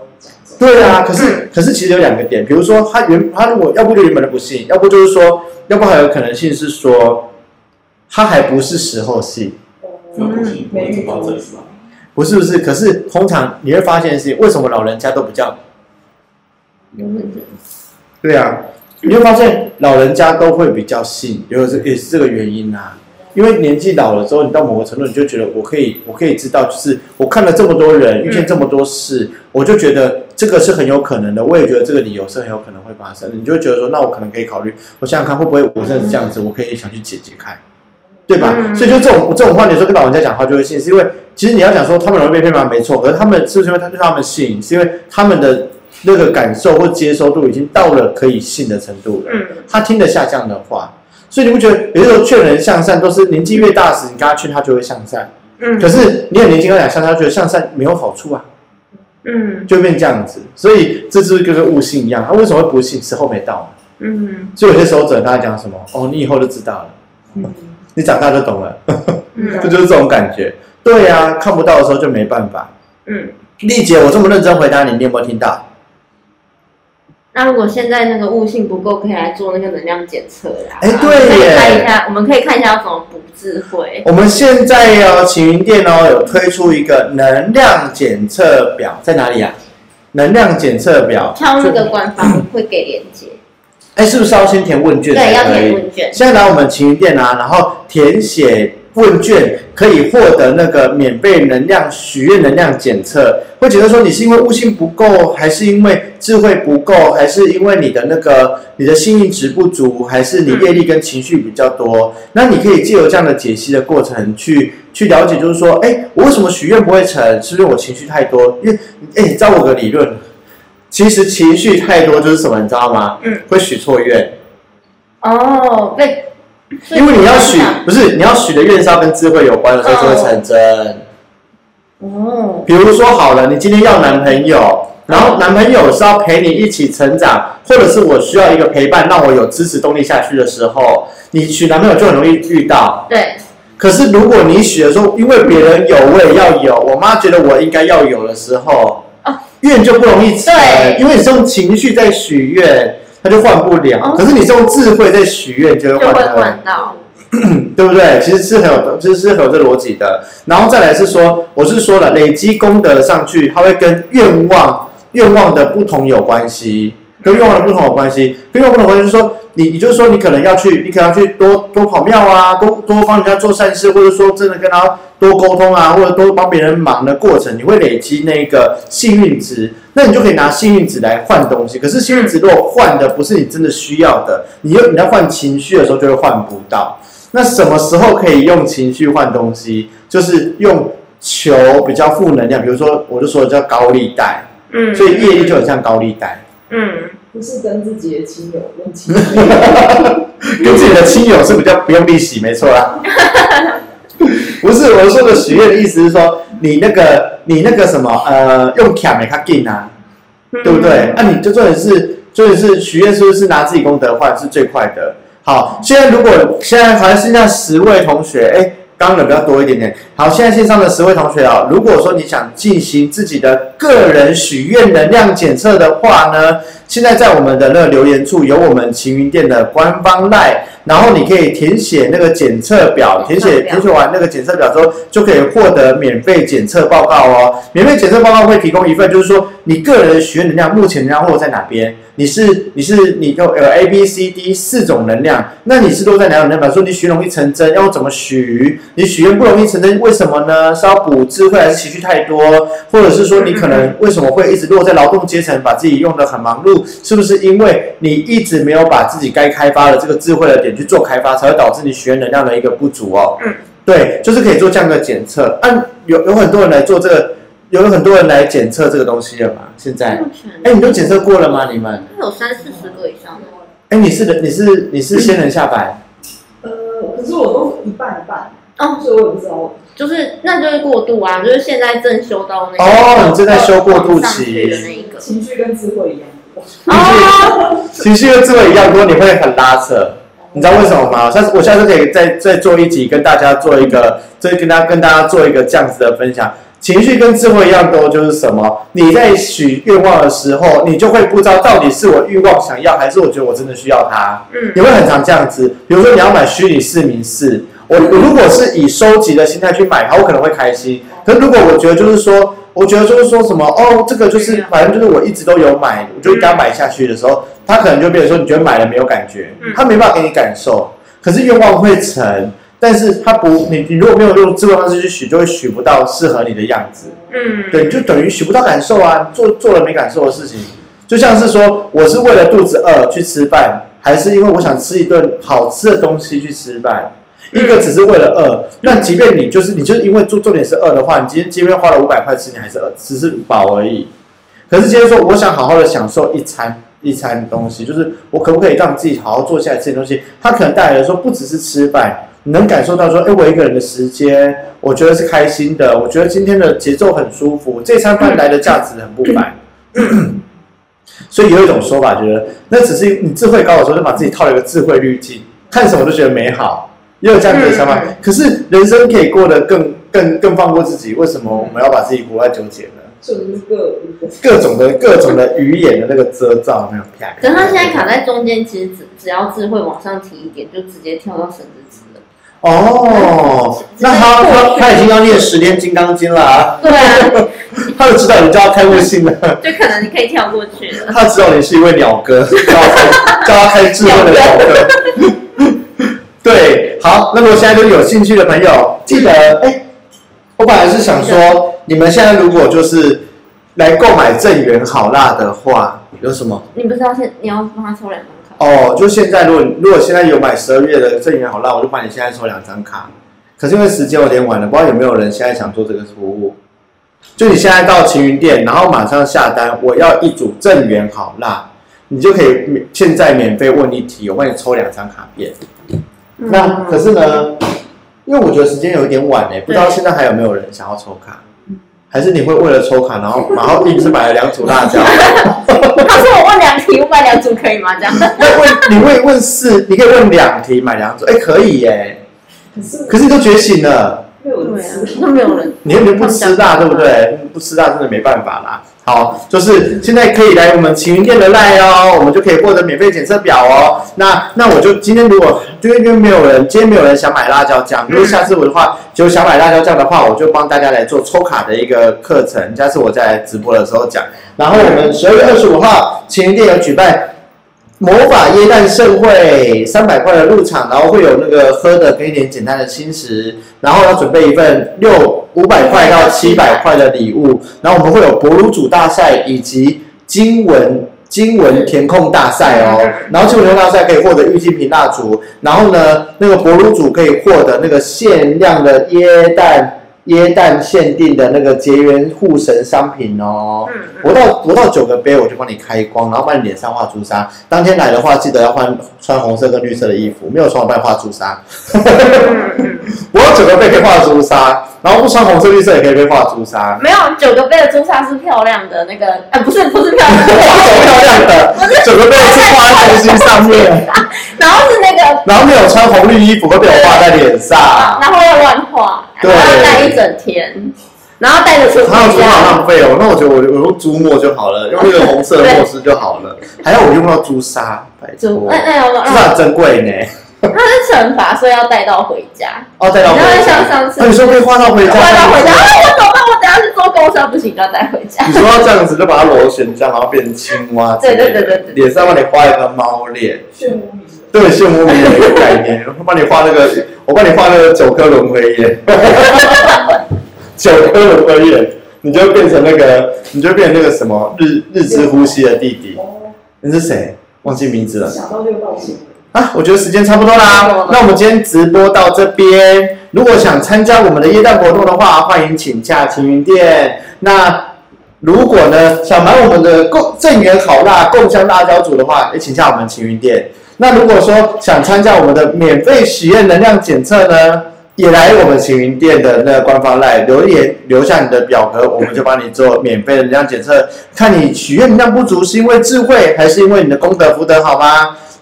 对啊，可是可是其实有两个点，比如说他原他如果要不就原本的不信，要不就是说，要不还有可能性是说，他还不是时候信。 嗯，没遇到这是吧？ 不是不是，可是通常你会发现的是，为什么老人家都比较？对啊，你会发现老人家都会比较信，有是也是这个原因啊。因为年纪老了之后，你到某个程度，你就觉得我可以，我可以知道，就是我看了这么多人，遇见这么多事，嗯、我就觉得这个是很有可能的。我也觉得这个理由是很有可能会发生的。你就会觉得说，那我可能可以考虑，我想想看会不会我真的是这样子，我可以想去解解开，对吧？嗯、所以就这种这种话，你说跟老人家讲话就会信，是因为其实你要讲说他们容易被骗吗？没错，可是他们是不是因为他对他们信，是因为他们的那个感受或接收度已经到了可以信的程度了，嗯、他听得下这样的话。所以你不觉得有些时候劝人向善都是年纪越大时，你跟他劝他就会向善。嗯。可是你很年轻跟他讲向善，他觉得向善没有好处啊。嗯。就会变这样子，所以这就是跟悟性一样，他、啊、为什么会不信？时候没到嘛。嗯。所以有些时候只能跟他讲什么，哦，你以后就知道了，嗯、你长大就懂了，嗯、这就是这种感觉。对啊，看不到的时候就没办法。嗯。丽姐，我这么认真回答你，你有没有听到？ 那如果现在那个悟性不够，可以来做那个能量检测啦。 哎，对耶， 看一下，我们可以看一下要怎么补智慧。 我们现在哦，晴云店哦有推出一个能量检测表，在哪里啊？能量检测表， 敲那个官方会给连结。 哎，是不是要先填问卷？ 对，要填问卷。 现在来我们晴云店啊，然后填写问卷可以获得那个免费能量许愿能量检测，会觉得说你是因为悟性不够，还是因为智慧不够，还是因为你的那个你的幸运值不足，还是你业力跟情绪比较多？那你可以借由这样的解析的过程去去了解，就是说，哎，我为什么许愿不会成？是不是我情绪太多？因为，哎，你知道我的理论，其实情绪太多就是什么，你知道吗？嗯，会许错愿。 哦，被。 因为你要许不是你要许的愿是要跟智慧有关的时候就会成真。哦，比如说好了，你今天要男朋友，然后男朋友是要陪你一起成长，或者是我需要一个陪伴，让我有支持动力下去的时候，你许男朋友就很容易遇到。 对。 可是如果你许的时候，因为别人有我也要有，我妈觉得我应该要有的时候，哦，愿就不容易成，因为你是用情绪在许愿。他就换不了，哦、可是你是用智慧在许愿，就会换到，对不对？其实是很有，其实是很有这逻辑的。然后再来是说，我是说了，累积功德上去，它会跟愿望、愿望的不同有关系，跟愿望的不同有关系。跟愿望不同关系就是说，你你就是说，你可能要去，你可能要去多多跑庙啊，多多帮人家做善事，或者说真的跟他多沟通啊，或者多帮别人忙的过程，你会累积那个幸运值。那你就可以拿幸运值来换东西，可是幸运值如果换的不是你真的需要的，你又你要换情绪的时候就会换不到。那什么时候可以用情绪换东西？就是用求比较负能量，比如说我就说叫高利贷，嗯，所以业力就很像高利贷， 嗯，不是跟自己的亲友用情绪， 跟自己的亲友是比较不用利息，没错啦。不是我说的许愿的意思是说，你那个你那个什么呃，用卡没卡紧啊，对不对？那、啊、你就重点是，重点是许愿是不是拿自己功德换是最快的？好，现在如果现在好像剩下十位同学，哎，刚刚的比较多一点点。好，现在线上的十位同学啊，如果说你想进行自己的个人许愿能量检测的话呢，现在在我们的那个留言处有我们晴云店的官方 LINE。然后你可以填写那个检测表，填写填写完那个检测表之后，就可以获得免费检测报告哦。免费检测报告会提供一份，就是说你个人的许愿能量目前能量落在哪边？你是你是你有 A B C D 四种能量，那你是落在哪种能量？说你许容易成真，要怎么许？你许愿不容易成真，为什么呢？是要补智慧还是情绪太多？或者是说你可能为什么会一直落在劳动阶层，把自己用得很忙碌？是不是因为你一直没有把自己该开发的这个智慧的点去做开发，才会导致你许愿能量的一个不足哦。嗯，对，就是可以做这样的检测。按、啊、有有很多人来做这个，有很多人来检测这个东西了嘛？现在，哎，你都检测过了吗？你们？ 有三四十个以上的。 哎，你是你是你是仙人下凡？ 呃，可是我都一半一半哦，所以我也不知道。 就是那就是过渡啊，就是现在正修到那个哦，你正在修过渡期的那一个，情绪跟智慧一样。 哦，情绪跟智慧一样多，你会很拉扯。你知道为什么吗？下次我下次可以再再做一集，跟大家做一个，再跟大家跟大家做一个这样子的分享。 情绪跟智慧一样多，就是什么？你在许愿望的时候，你就会不知道到底是我欲望想要，还是我觉得我真的需要它。嗯，你会很常这样子。比如说你要买虚拟市民室，我我如果是以收集的心态去买它，我可能会开心。可是如果我觉得就是说，我觉得就是说什么哦，这个就是反正就是我一直都有买，我就刚买下去的时候，它可能就变成说你觉得买了没有感觉，它没办法给你感受。可是愿望会成。但是它不，你你如果没有用智慧方式去许，就会许不到适合你的样子。嗯，对，就等于许不到感受啊，做做了没感受的事情，就像是说，我是为了肚子饿去吃饭，还是因为我想吃一顿好吃的东西去吃饭？一个只是为了饿，那即便你就是你就是因为重重点是饿的话，你今天即便花了五百块吃，你还是饿，只是饱而已。可是今天说，我想好好的享受一餐一餐东西，就是我可不可以让自己好好坐下来吃点东西？它可能带来的说，不只是吃饭。你能感受到说，哎，我一个人的时间，我觉得是开心的。我觉得今天的节奏很舒服，这餐饭来的价值很不凡。所以有一种说法，觉得那只是你智慧高的时候，就把自己套了一个智慧滤镜，看什么都觉得美好，也有这样子的想法。可是人生可以过得更更更放过自己，为什么我们要把自己活在纠结呢？ 就是各各种的各种的语言的那个遮罩，没有啪。 可是他现在卡在中间，其实只只要智慧往上提一点，就直接跳到神之子了。 哦，那他他他已经要念十天金刚经了啊！ 对啊， 他就知道你叫他开悟性了， 就可能你可以跳过去了。 他知道你是一位鸟哥，叫他开叫他开智慧的鸟哥。对，好，那么现在都有兴趣的朋友，记得哎，我本来是想说，你们现在如果就是来购买正元好辣的话，有什么？ 你不是要先你要帮他抽两张？ 哦，就现在，如果如果现在有买十二月的正元好辣，我就帮你现在抽两张卡。可是因为时间有点晚了，不知道有没有人现在想做这个服务？就你现在到晴云店，然后马上下单，我要一组正元好辣，你就可以现在免费问一题，我帮你抽两张卡片。嗯、那可是呢，因为我觉得时间有一点晚哎，不知道现在还有没有人想要抽卡？还是你会为了抽卡，然后然后硬是买了两组辣椒？ 他说我问两题，我买两组可以吗？这样？ 那问你会问四，你可以问两题买两组，哎，可以耶。可是可是你都觉醒了， 没有人吃， 都没有人。 你又不吃辣，对不对？不吃辣真的没办法啦。好，就是现在可以来我们晴云店的 LINE 哦，我们就可以获得免费检测表哦。那那我就今天如果因为没有人，今天没有人想买辣椒酱，如果下次我的话就想买辣椒酱的话，我就帮大家来做抽卡的一个课程，下次我在直播的时候讲。然后我们十二月二十五号晴云店有举办魔法耶诞盛会，三百块的入场，然后会有那个喝的跟一点简单的轻食，然后要准备一份六五百块到七百块的礼物，然后我们会有博乳煮大赛以及经文经文填空大赛哦，然后经文填空大赛可以获得玉金瓶蜡烛，然后呢那个博乳煮可以获得那个限量的耶诞。耶诞限定的那个结缘护神商品哦，嗯嗯、我到我到九个杯我就帮你开光，然后帮你脸上画朱砂。当天来的话，记得要换穿红色跟绿色的衣服，没有穿我帮你画朱砂。我有九个杯可以画朱砂，然后不穿红色绿色也可以被画朱砂。 没有九个杯的朱砂是漂亮的那个，呃，不是不是漂亮的， 漂亮的，九个杯是画在东西上面， 然后是那个， 然后没有穿红绿衣服会被我画在脸上， 然后要乱画。 对， 然后带一整天，然后带着出去。 还有朱好浪费哦，那我觉得我我用朱墨就好了，用那个红色的墨汁就好了。还要我用到朱砂，拜托， 那那要朱砂很珍贵呢。 它是惩罚，所以要带到回家。 哦，带到回家。 然后像上次， 你说可以画到回家， 画到回家。啊，我怎么办？我等下去坐公车，不行，就要带回家。 你说要这样子，就把它螺旋这样，然后变成青蛙。 对对对对对。 脸上帮你画一个猫脸。 炫魔迷。 对，炫魔迷的一个概念，我帮你画那个，我帮你画那个九颗轮回眼，九颗轮回眼，你就变成那个，你就变成那个什么日日之呼吸的弟弟。你是谁？忘记名字了。 想到就抱歉。 啊，我觉得时间差不多啦，那我们今天直播到这边。如果想参加我们的耶诞活动的话，欢迎请假晴云店。那如果呢想买我们的共正元好辣共香辣椒组的话，也请假我们晴云店。那如果说想参加我们的免费许愿能量检测呢，也来我们晴云店的那个官方 LINE 留言留下你的表格，我们就帮你做免费的能量检测，看你许愿能量不足是因为智慧还是因为你的功德福德好吗？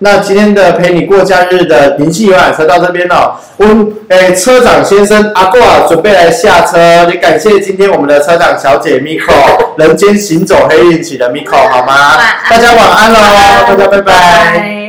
那今天的陪你过假日的灵气游览车到这边了。我们诶车长先生阿过啊，准备来下车，也感谢今天我们的车长小姐 Miko， 人间行走黑运起的 Miko， 好吗？大家晚安喽，大家拜拜。